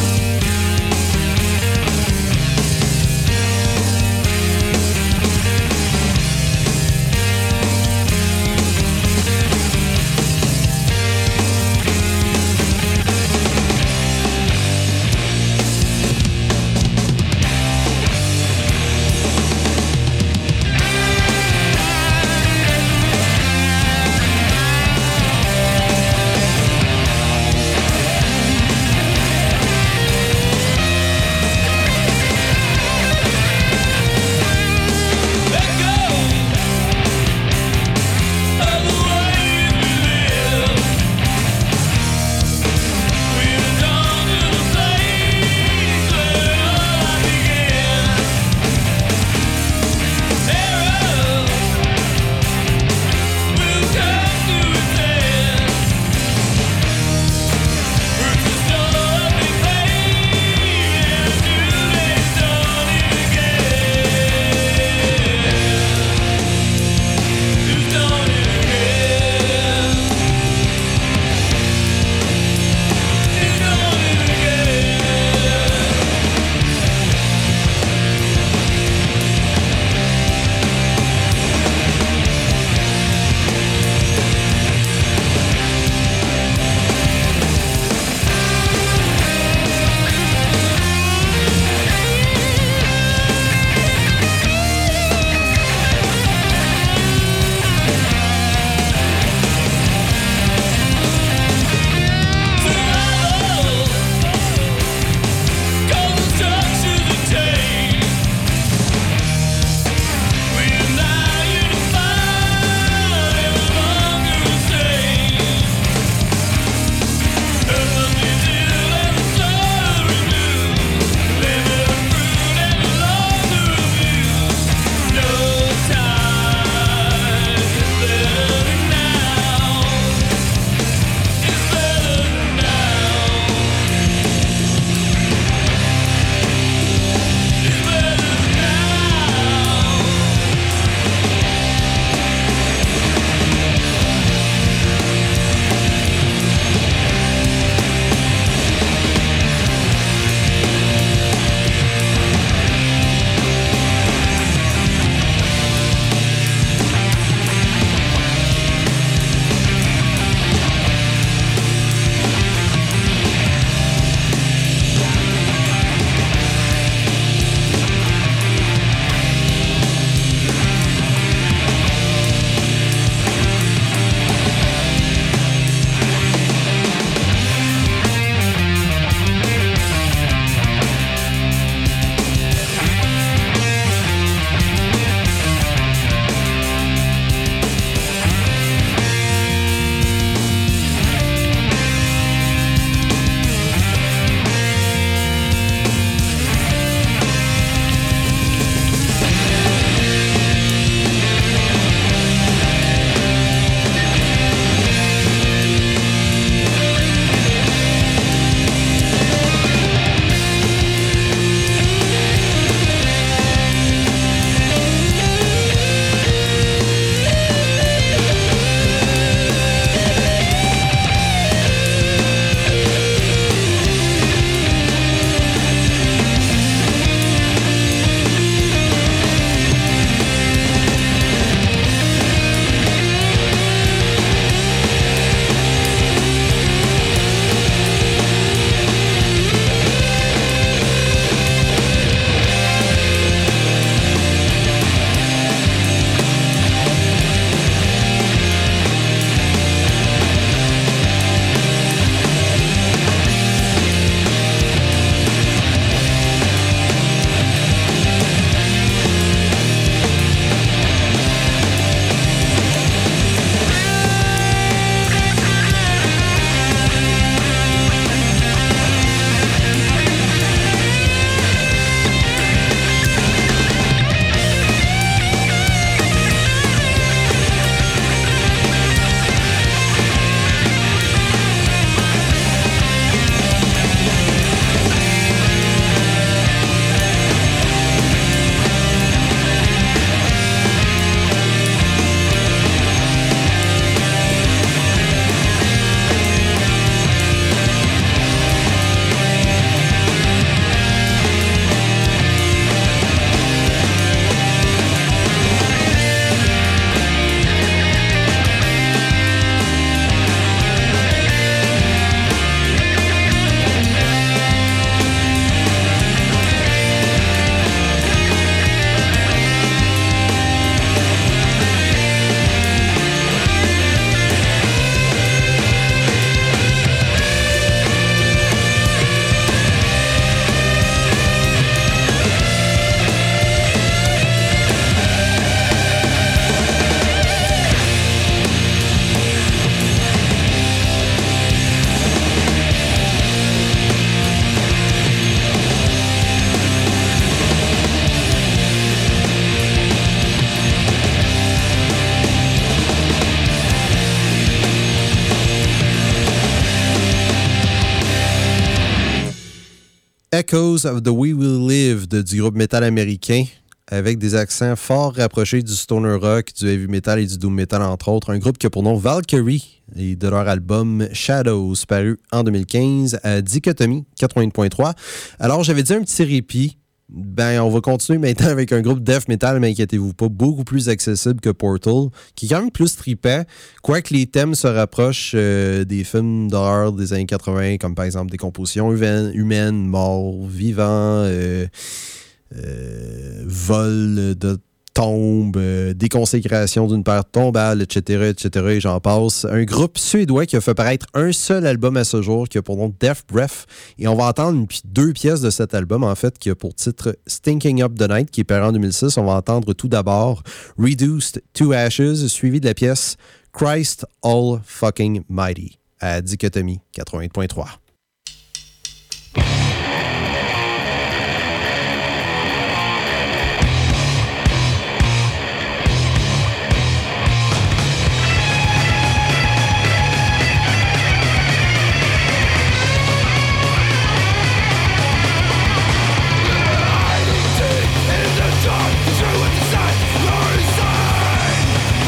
Echoes of the We Will Live de, du groupe métal américain, avec des accents fort rapprochés du stoner rock, du heavy metal et du doom metal, entre autres. Un groupe qui a pour nom Valkyrie et de leur album Shadows, paru en deux mille quinze à Dichotomie quatre-vingt-huit point trois. Alors, j'avais dit un petit répit. Ben, on va continuer maintenant avec un groupe death metal, mais inquiétez-vous pas, beaucoup plus accessible que Portal, qui est quand même plus trippant, quoique les thèmes se rapprochent euh, des films d'horreur des années quatre-vingts, comme par exemple des compositions humaines, humaines morts, vivants, euh, euh, vol de tombes, euh, déconsécration d'une paire tombale, et cetera, et cetera, et j'en passe. Un groupe suédois qui a fait paraître un seul album à ce jour, qui a pour nom Death Breath, et on va entendre une, deux pièces de cet album, en fait, qui a pour titre Stinking Up the Night, qui est paru en deux mille six. On va entendre tout d'abord Reduced to Ashes, suivi de la pièce Christ All Fucking Mighty, à Dichotomie quatre-vingt-huit point trois.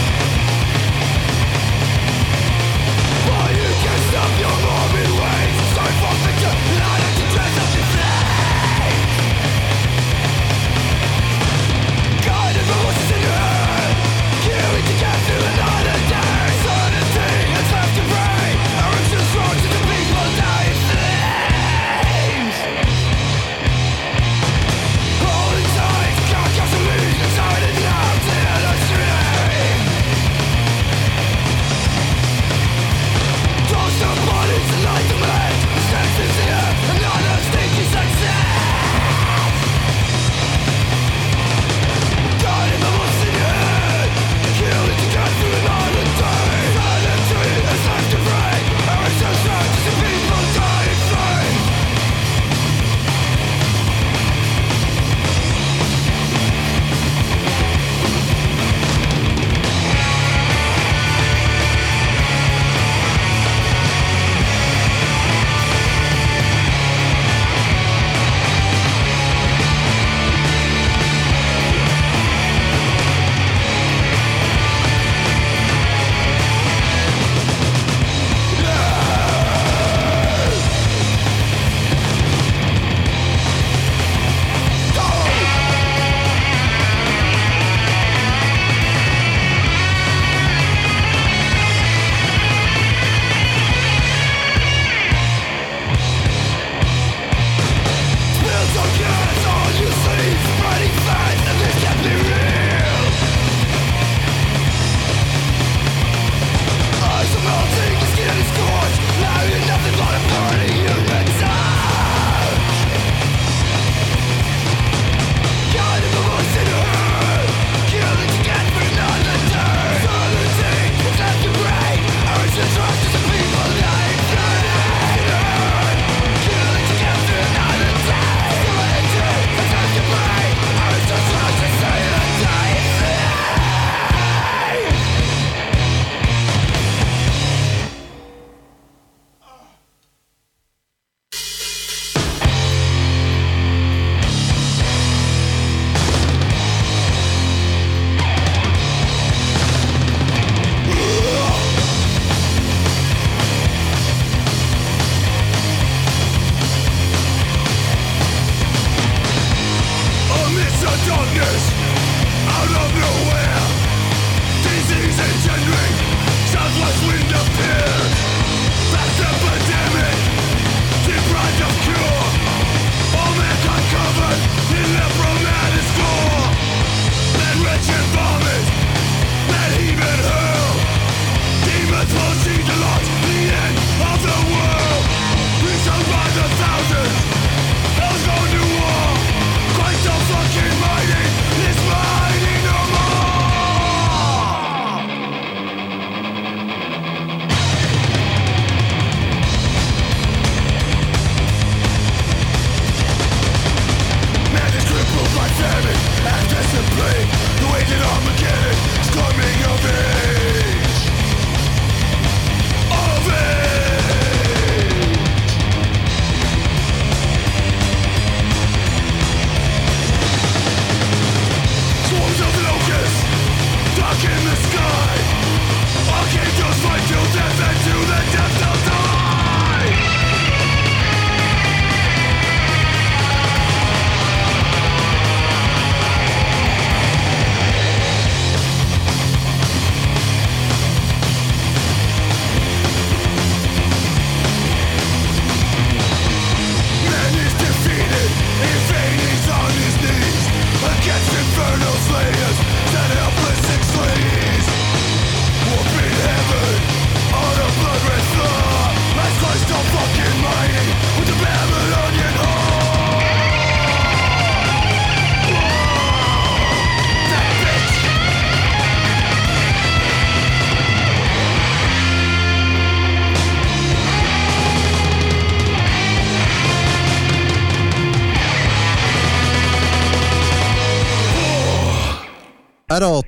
Stop your morbid ways.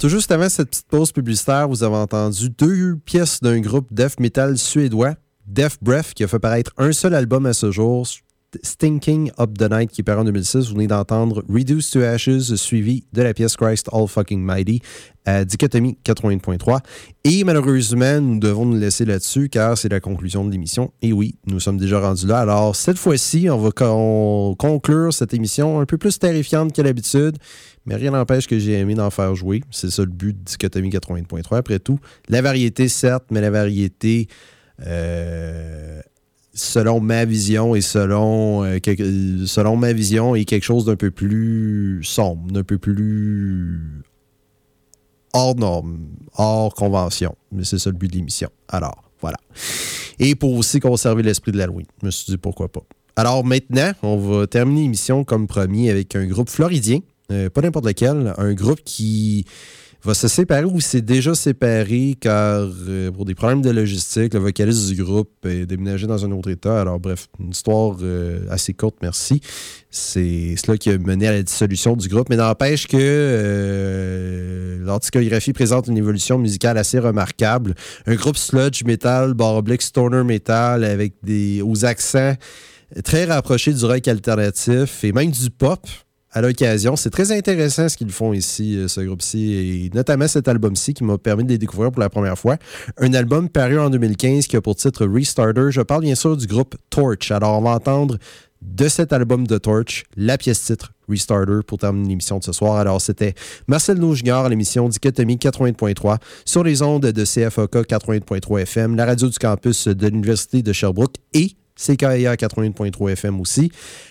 Tout juste avant cette petite pause publicitaire, vous avez entendu deux pièces d'un groupe death metal suédois, Death Breath, qui a fait paraître un seul album à ce jour, Stinking Up the Night, qui est paru en deux mille six. Vous venez d'entendre Reduced to Ashes, suivi de la pièce Christ All Fucking Mighty à Dichotomie quatre-vingts point trois. Et malheureusement, nous devons nous laisser là-dessus car c'est la conclusion de l'émission. Et oui, nous sommes déjà rendus là. Alors, cette fois-ci, on va con- conclure cette émission un peu plus terrifiante que d'habitude, mais rien n'empêche que j'ai aimé d'en faire jouer. C'est ça le but de Dichotomie quatre-vingts point trois. Après tout, la variété, certes, mais la variété... Euh, selon ma vision et selon, euh, quelque, selon ma vision est quelque chose d'un peu plus sombre, d'un peu plus hors norme, hors convention. Mais c'est ça le but de l'émission. Alors, voilà. Et pour aussi conserver l'esprit de l'Halloween. Je me suis dit pourquoi pas. Alors maintenant, on va terminer l'émission comme promis avec un groupe floridien, euh, pas n'importe lequel, un groupe qui va se séparer ou s'est déjà séparé car euh, pour des problèmes de logistique, le vocaliste du groupe est déménagé dans un autre état. Alors bref, une histoire euh, assez courte, merci. C'est cela qui a mené à la dissolution du groupe, mais n'empêche que euh, leur discographie présente une évolution musicale assez remarquable. Un groupe sludge metal, barre oblique stoner metal avec des aux accents très rapprochés du rock alternatif et même du pop. À l'occasion. C'est très intéressant ce qu'ils font ici, ce groupe-ci, et notamment cet album-ci qui m'a permis de les découvrir pour la première fois. Un album paru en deux mille quinze qui a pour titre Restarter. Je parle bien sûr du groupe Torch. Alors, on va entendre de cet album de Torch la pièce-titre Restarter pour terminer l'émission de ce soir. Alors, c'était Marcel No Junior à l'émission Dichotomie quatre-vingts point trois sur les ondes de C F A K quatre-vingts point trois F M, la radio du campus de l'Université de Sherbrooke et C K I A quatre-vingts point trois F M aussi.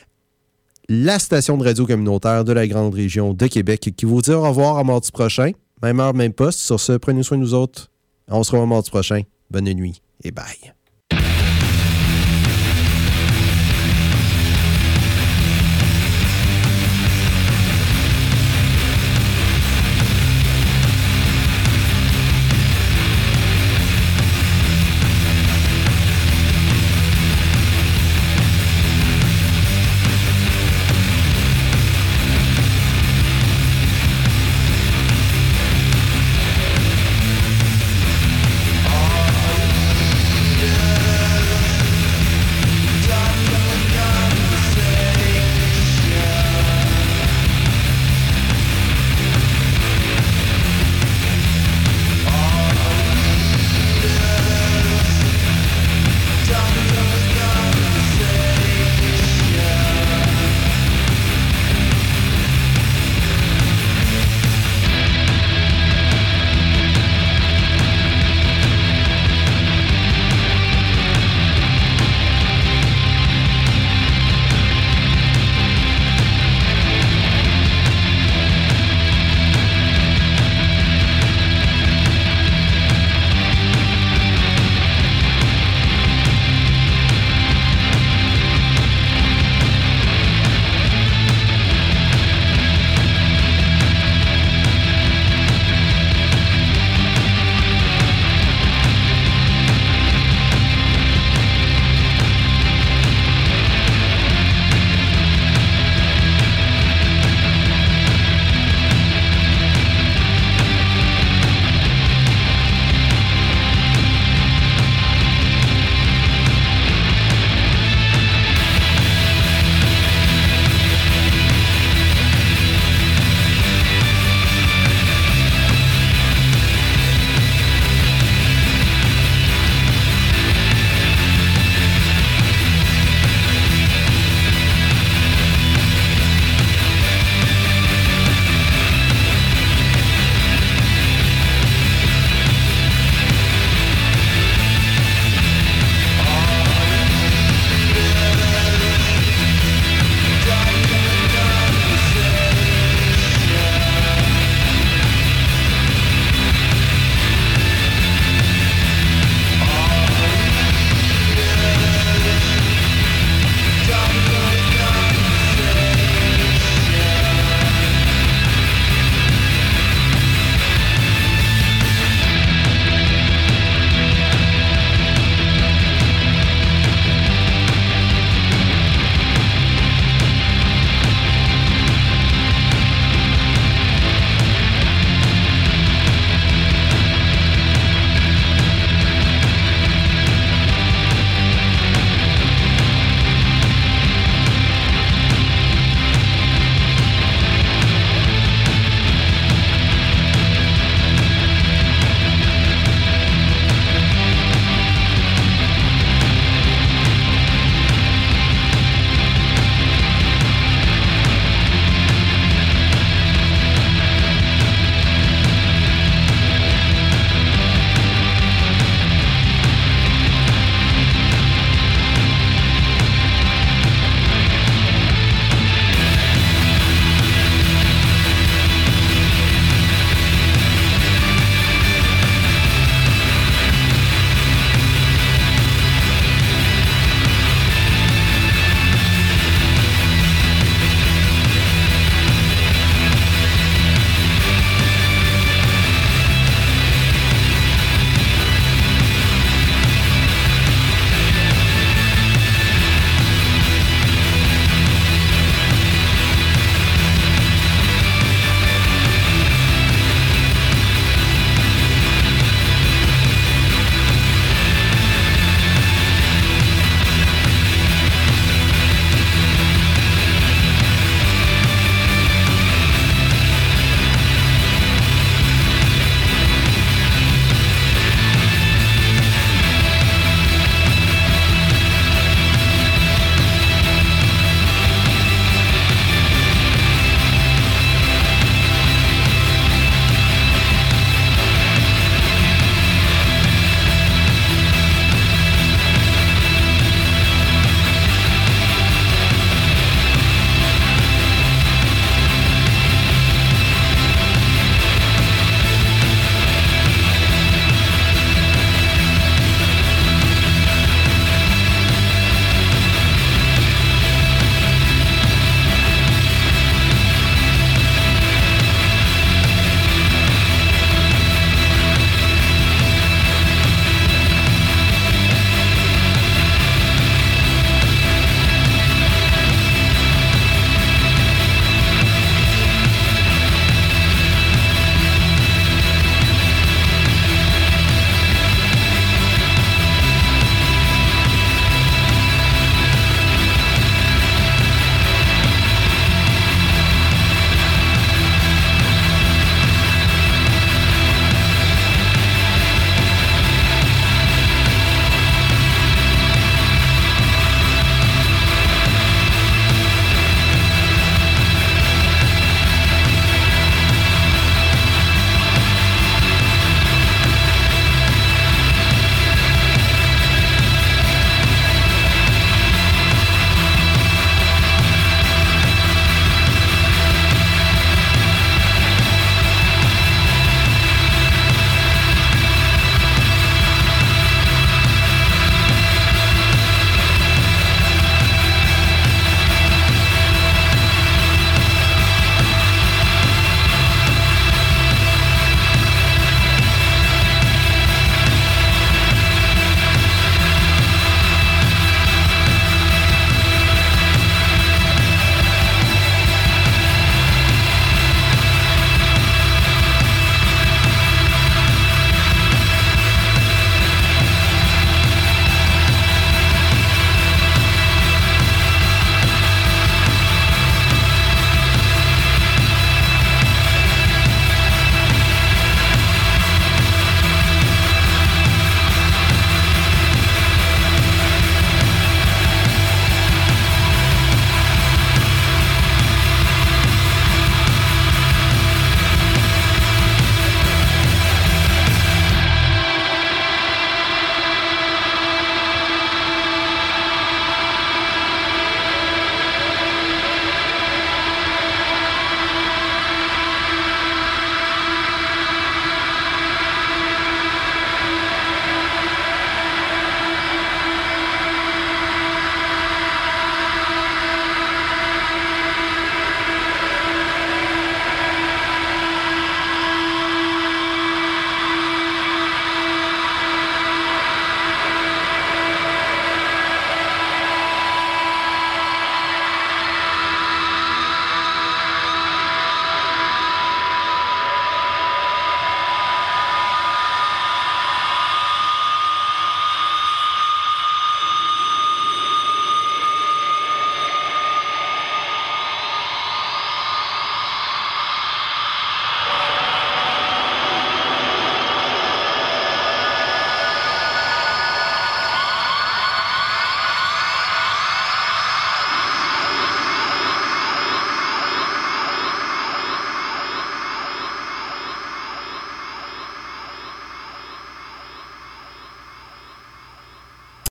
La station de radio communautaire de la grande région de Québec qui vous dit au revoir à mardi prochain. Même heure, même poste. Sur ce, prenez soin de nous autres. On se revoit mardi prochain. Bonne nuit et bye.